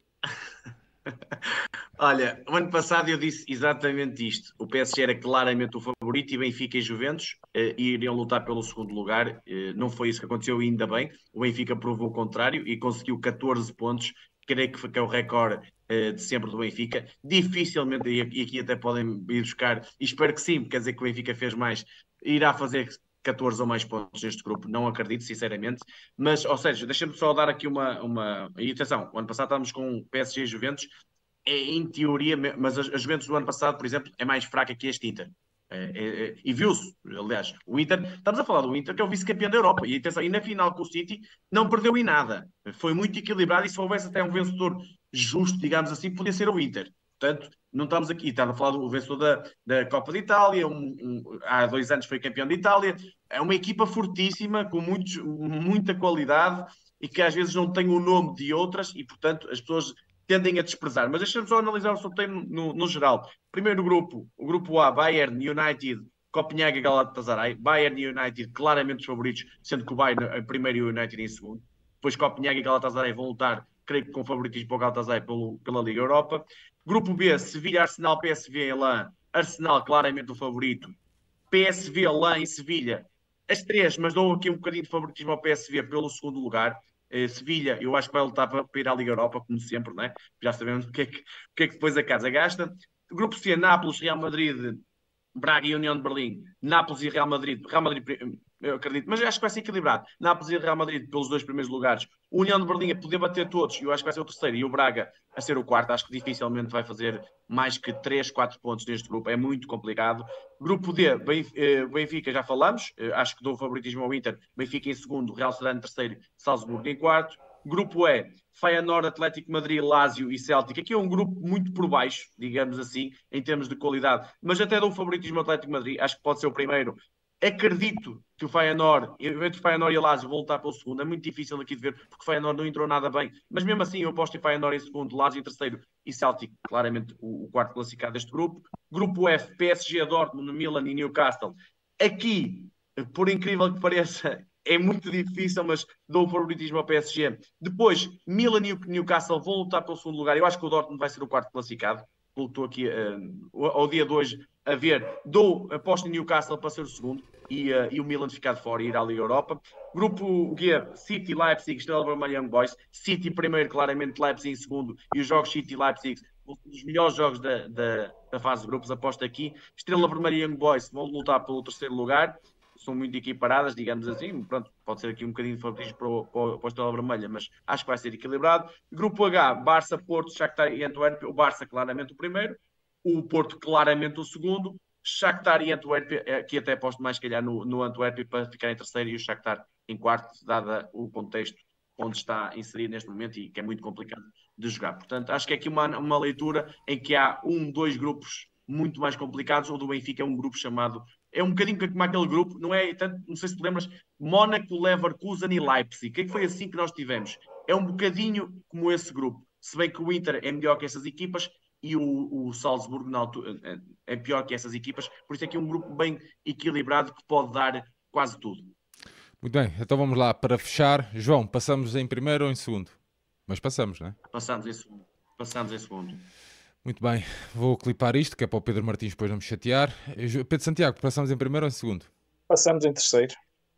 Olha, o ano passado eu disse exatamente isto. O P S G era claramente o favorito e Benfica e Juventus eh, iriam lutar pelo segundo lugar. Eh, não foi isso que aconteceu, ainda bem. O Benfica provou o contrário e conseguiu catorze pontos. Creio que foi que é o recorde eh, de sempre do Benfica. Dificilmente, e aqui e aqui até podem ir buscar, e espero que sim, quer dizer que o Benfica fez mais, irá fazer catorze ou mais pontos neste grupo. Não acredito, sinceramente. Mas, ou seja, deixa-me só dar aqui uma, uma. E atenção, o ano passado estávamos com P S G e Juventus é em teoria, mas a, a Juventus do ano passado, por exemplo, é mais fraca que este Inter. É, é, é, e viu-se, aliás, o Inter, estamos a falar do Inter, que é o vice-campeão da Europa, e, atenção, e na final com o City não perdeu em nada. Foi muito equilibrado e se houvesse até um vencedor justo, digamos assim, podia ser o Inter. Portanto, não estamos aqui, estamos a falar do vencedor da, da Copa de Itália, um, um, há dois anos foi campeão de Itália, é uma equipa fortíssima, com muitos, muita qualidade e que às vezes não tem o nome de outras e, portanto, as pessoas tendem a desprezar. Mas deixa-me só analisar o sorteio no, no geral. Primeiro grupo, o grupo A, Bayern, United, Copenhague e Galatasaray. Bayern e United claramente os favoritos, sendo que o Bayern em primeiro e o United em segundo. Depois Copenhague e Galatasaray vão lutar, creio que com favoritismo para o Galatasaray pelo, pela Liga Europa. Grupo B, Sevilha, Arsenal, P S V em Lã. Arsenal claramente o favorito. P S V, Lã e Sevilha. As três, mas dou aqui um bocadinho de favoritismo ao P S V pelo segundo lugar. Eh, Sevilha, eu acho que vai lutar para, para ir à Liga Europa, como sempre, né? Já sabemos o que, é que, o que é que depois a casa gasta. Grupo C, Nápoles, Real Madrid, Braga e União de Berlim. Nápoles e Real Madrid. Real Madrid, eu acredito, mas eu acho que vai ser equilibrado. Nápoles e Real Madrid pelos dois primeiros lugares. União de Berlim a poder bater todos, eu acho que vai ser o terceiro. E o Braga a ser o quarto. Acho que dificilmente vai fazer mais que três, quatro pontos neste grupo. É muito complicado. Grupo D, Benfica, já falamos. Acho que dou favoritismo ao Inter. Benfica em segundo, Real Sociedade em terceiro, Salzburgo em quarto. Grupo E, Feyenoord, Atlético Madrid, Lazio e Celtic. Aqui é um grupo muito por baixo, digamos assim, em termos de qualidade. Mas até dou favoritismo ao Atlético Madrid. Acho que pode ser o primeiro. Acredito que o Feyenoord, entre o Feyenoord e o Lazio, vão lutar pelo segundo. É muito difícil aqui de ver, porque o Feyenoord não entrou nada bem. Mas mesmo assim, eu aposto em Feyenoord em segundo, Lazio em terceiro e Celtic, claramente o, o quarto classificado deste grupo. Grupo F, P S G, Dortmund, Milan e Newcastle. Aqui, por incrível que pareça, é muito difícil, mas dou o favoritismo ao P S G. Depois, Milan e Newcastle vão lutar pelo segundo lugar. Eu acho que o Dortmund vai ser o quarto classificado. Estou aqui uh, ao dia de hoje a ver. Dou aposto em Newcastle para ser o segundo e, uh, e o Milan ficar de fora e ir à Liga Europa. Grupo G, City, Leipzig, Estrela Vermelha, Young Boys. City primeiro, claramente, Leipzig em segundo. E os jogos City-Leipzig, os melhores jogos da, da, da fase de grupos, aposto aqui. Estrela Vermelha e Young Boys vão lutar pelo terceiro lugar. São muito equiparadas, digamos assim. Pronto, pode ser aqui um bocadinho de favoritismo para o, para o Estrela Vermelha, mas acho que vai ser equilibrado. Grupo H, Barça, Porto, Shakhtar e Antuérpia. O Barça claramente o primeiro, o Porto claramente o segundo, Shakhtar e Antuérpia, aqui até aposto mais, se calhar, no, no Antuérpia para ficar em terceiro e o Shakhtar em quarto, dada o contexto onde está inserido neste momento e que é muito complicado de jogar. Portanto, acho que é aqui uma, uma leitura em que há um, dois grupos muito mais complicados. O do Benfica é um grupo chamado, é um bocadinho como aquele grupo, não é tanto, não sei se te lembras, Mónaco, Leverkusen e Leipzig. O que é que foi assim que nós tivemos? É um bocadinho como esse grupo, se bem que o Inter é melhor que essas equipas e o, o Salzburgo na altura, é pior que essas equipas, por isso é que é um grupo bem equilibrado que pode dar quase tudo. Muito bem, então vamos lá para fechar. João, passamos em primeiro ou em segundo? Mas passamos, não é? Passamos em segundo. Passamos em segundo. Muito bem, vou clipar isto, que é para o Pedro Martins depois não me chatear. Pedro Santiago, passamos em primeiro ou em segundo? Passamos em terceiro.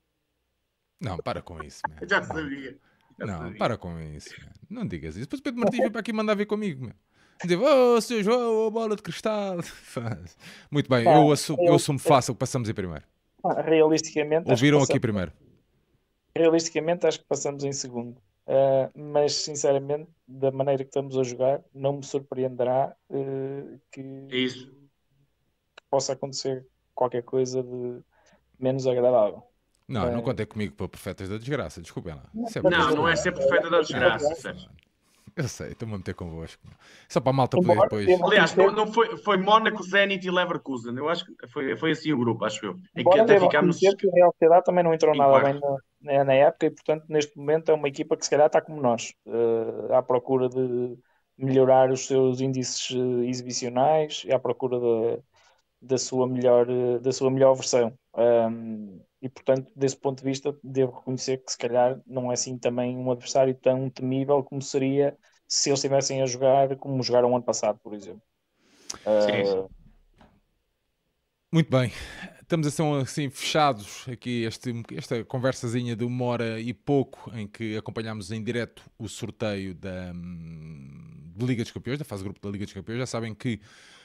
Não, para com isso, man. Já sabia. Já não, sabia. para com isso, man. Não digas isso. Depois o Pedro Martins vem para aqui mandar ver comigo, man. Dizer, oh, seu João, a bola de cristal. Muito bem, eu assumo, eu assumo fácil que passamos em primeiro. Realisticamente, ouviram acho que aqui primeiro. Realisticamente, acho que passamos em segundo. Uh, mas, sinceramente, da maneira que estamos a jogar, não me surpreenderá uh, que, Isso. que possa acontecer qualquer coisa de menos agradável. Não, mas... não contem comigo para Profetas da Desgraça, desculpem lá. Não, não, não é ser Profeta da Desgraça, Sérgio. Eu sei, estou-me a meter convosco. Só para a malta poder depois... Aliás, não, não foi, foi Mónaco, Zenit e Leverkusen. Eu acho que foi, foi assim o grupo, acho eu. Em que até ficámos... que a Real Sociedade também não entrou nada bem na, na época e, portanto, neste momento é uma equipa que se calhar está como nós, uh, à procura de melhorar os seus índices uh, exibicionais e à procura de, da sua melhor, da sua melhor versão. Um, e portanto, desse ponto de vista, devo reconhecer que se calhar não é assim também um adversário tão temível como seria se eles estivessem a jogar como jogaram ano passado, por exemplo. Sim, sim. Uh, Muito bem, estamos assim, assim fechados aqui este, esta conversazinha de uma hora e pouco em que acompanhámos em direto o sorteio da, da Liga dos Campeões, da fase grupo da Liga dos Campeões. Já sabem que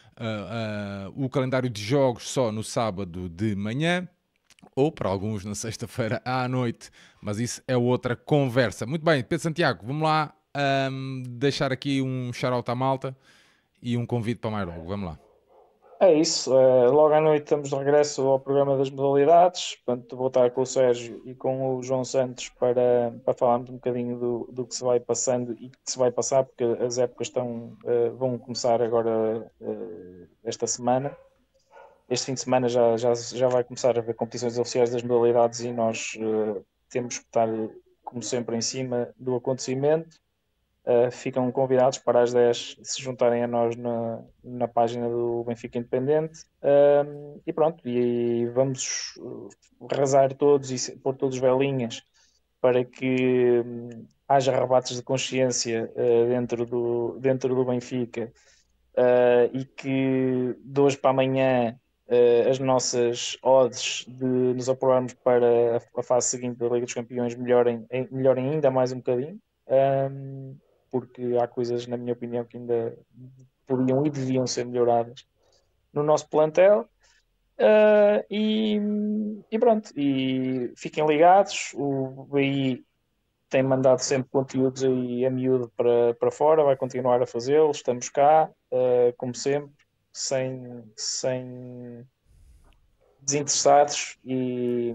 uh, uh, o calendário de jogos só no sábado de manhã, ou para alguns na sexta-feira à noite, mas isso é outra conversa. Muito bem, Pedro Santiago, vamos lá um, deixar aqui um shout-out à malta e um convite para mais logo, vamos lá. É isso, uh, logo à noite estamos de regresso ao programa das modalidades, portanto vou estar com o Sérgio e com o João Santos para, para falarmos um bocadinho do, do que se vai passando e que se vai passar, porque as épocas estão, uh, vão começar agora uh, esta semana. Este fim de semana já, já, já vai começar a haver competições oficiais das modalidades e nós uh, temos que estar, como sempre, em cima do acontecimento. Uh, ficam convidados para às dez se juntarem a nós na, na página do Benfica Independente. Uh, e pronto, e vamos rezar todos e pôr todos velinhas para que um, haja rebates de consciência uh, dentro, do, dentro do Benfica uh, e que de hoje para amanhã uh, as nossas odds de nos apurarmos para a, a fase seguinte da Liga dos Campeões melhorem, melhorem ainda mais um bocadinho. Um, porque há coisas, na minha opinião, que ainda podiam e deviam ser melhoradas no nosso plantel. Uh, e, e pronto, e fiquem ligados. O B I tem mandado sempre conteúdos aí a miúdo para, para fora, vai continuar a fazê-lo. Estamos cá, uh, como sempre, sem, sem desinteressados e,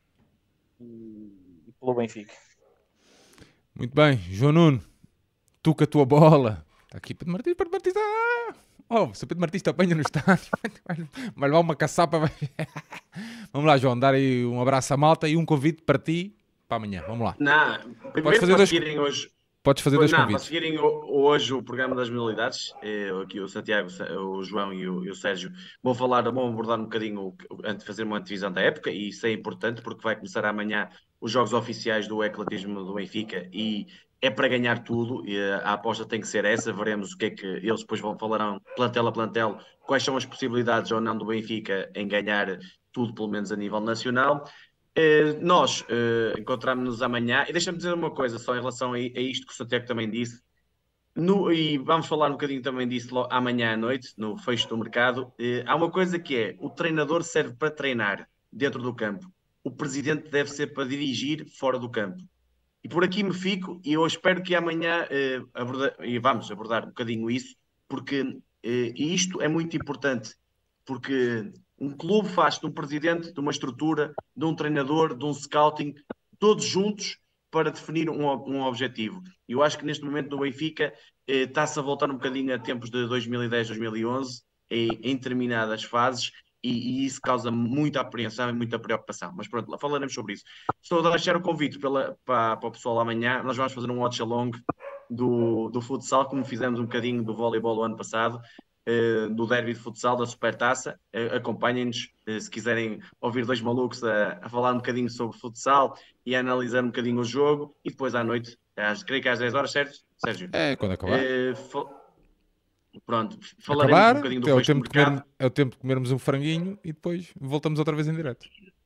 e, e pelo Benfica. Muito bem, João Nuno, tu com a tua bola. Está aqui Pedro Martins, Pedro Martins. Ah! Oh, se o Pedro Martins te apanha no estádio, vai levar uma caçapa. Vai... Vamos lá, João, dar aí um abraço à malta e um convite para ti para amanhã. Vamos lá. Não, Podes fazer para dois... seguirem hoje. Podes fazer dois não, convites. Para seguirem hoje o programa das modalidades, eu, aqui o Santiago, o João e o, e o Sérgio vão falar, vão abordar um bocadinho, fazer uma antevisão da época, e isso é importante porque vai começar amanhã os jogos oficiais do ecletismo do Benfica e é para ganhar tudo, e a aposta tem que ser essa. Veremos o que é que eles depois vão falarão plantel a plantel, quais são as possibilidades ou não do Benfica em ganhar tudo, pelo menos a nível nacional. Uh, nós uh, encontramos-nos amanhã e deixa-me dizer uma coisa só em relação a, a isto que o Santiago também disse. No, e vamos falar um bocadinho também disso logo, amanhã à noite, no fecho do mercado. Uh, há uma coisa que é: o treinador serve para treinar dentro do campo, o presidente deve ser para dirigir fora do campo. E por aqui me fico, e eu espero que amanhã uh, aborda, e vamos abordar um bocadinho isso, porque uh, isto é muito importante, porque um clube faz de um presidente, de uma estrutura, de um treinador, de um scouting, todos juntos para definir um, um objetivo. Eu acho que neste momento no Benfica eh, está-se a voltar um bocadinho a tempos de dois mil e dez, dois mil e onze, em, em determinadas fases, e, e isso causa muita apreensão e muita preocupação. Mas pronto, lá falaremos sobre isso. Estou a deixar o convite pela, para, para o pessoal amanhã. Nós vamos fazer um watch along do, do futsal, como fizemos um bocadinho do voleibol o ano passado, do derby de futsal, da Supertaça. Acompanhem-nos se quiserem ouvir dois malucos a, a falar um bocadinho sobre futsal e a analisar um bocadinho o jogo. E depois à noite, às, creio que às dez horas, certo, Sérgio? É, quando acabar. Uh, fal... Pronto, falaremos acabar, um bocadinho do é o, fecho do tempo de comer, mercado. é o tempo de comermos um franguinho e depois voltamos outra vez em direto.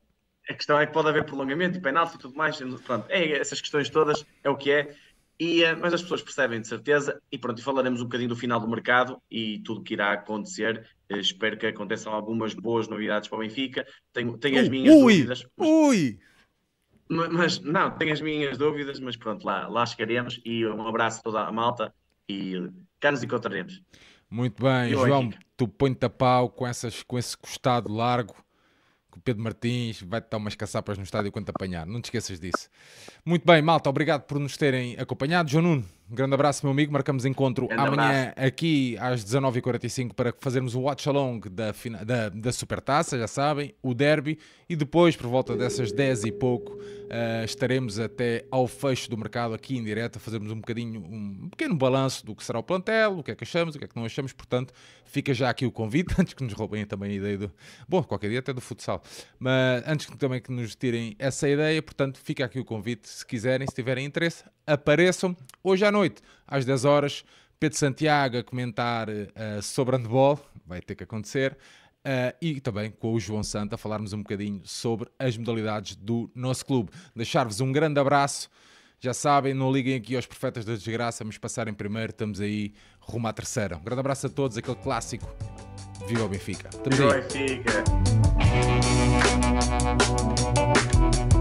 A questão é que pode haver prolongamento e penalti e tudo mais. Pronto, é, essas questões todas é o que é. E, mas as pessoas percebem de certeza, e pronto, e falaremos um bocadinho do final do mercado e tudo que irá acontecer. Uh, espero que aconteçam algumas boas novidades para o Benfica. Tenho, tenho as minhas ui, dúvidas. Mas, ui! Mas, mas não, tenho as minhas dúvidas, mas pronto, lá, lá chegaremos. E um abraço a toda a malta e cá nos encontraremos. Muito bem, E João, Benfica. tu põe-te a pau com, essas, com esse costado largo. Que o Pedro Martins vai-te dar umas caçapas no estádio quando te apanhar. Não te esqueças disso. Muito bem, malta, obrigado por nos terem acompanhado. João Nuno, Um grande abraço, meu amigo. Marcamos encontro Grande amanhã abraço. aqui às dezanove e quarenta e cinco para fazermos o watch-along da, fina- da, da Supertaça, já sabem, o derby. E depois, por volta dessas dez e pouco, uh, estaremos até ao fecho do mercado aqui em direto a fazermos um bocadinho, um pequeno balanço do que será o plantel, o que é que achamos, o que é que não achamos. Portanto, fica já aqui o convite, antes que nos roubem também a ideia do... Bom, qualquer dia até do futsal. Mas antes que também que nos tirem essa ideia, portanto, fica aqui o convite, se quiserem, se tiverem interesse, apareçam hoje à noite, às dez horas, Pedro Santiago a comentar uh, sobre handball, vai ter que acontecer, uh, e também com o João Santo a falarmos um bocadinho sobre as modalidades do nosso clube. Deixar-vos um grande abraço, já sabem, não liguem aqui aos profetas da desgraça, mas passarem primeiro, estamos aí rumo à terceira. Um grande abraço a todos, aquele clássico, viva o Benfica. Estamos Viva o aí. Benfica.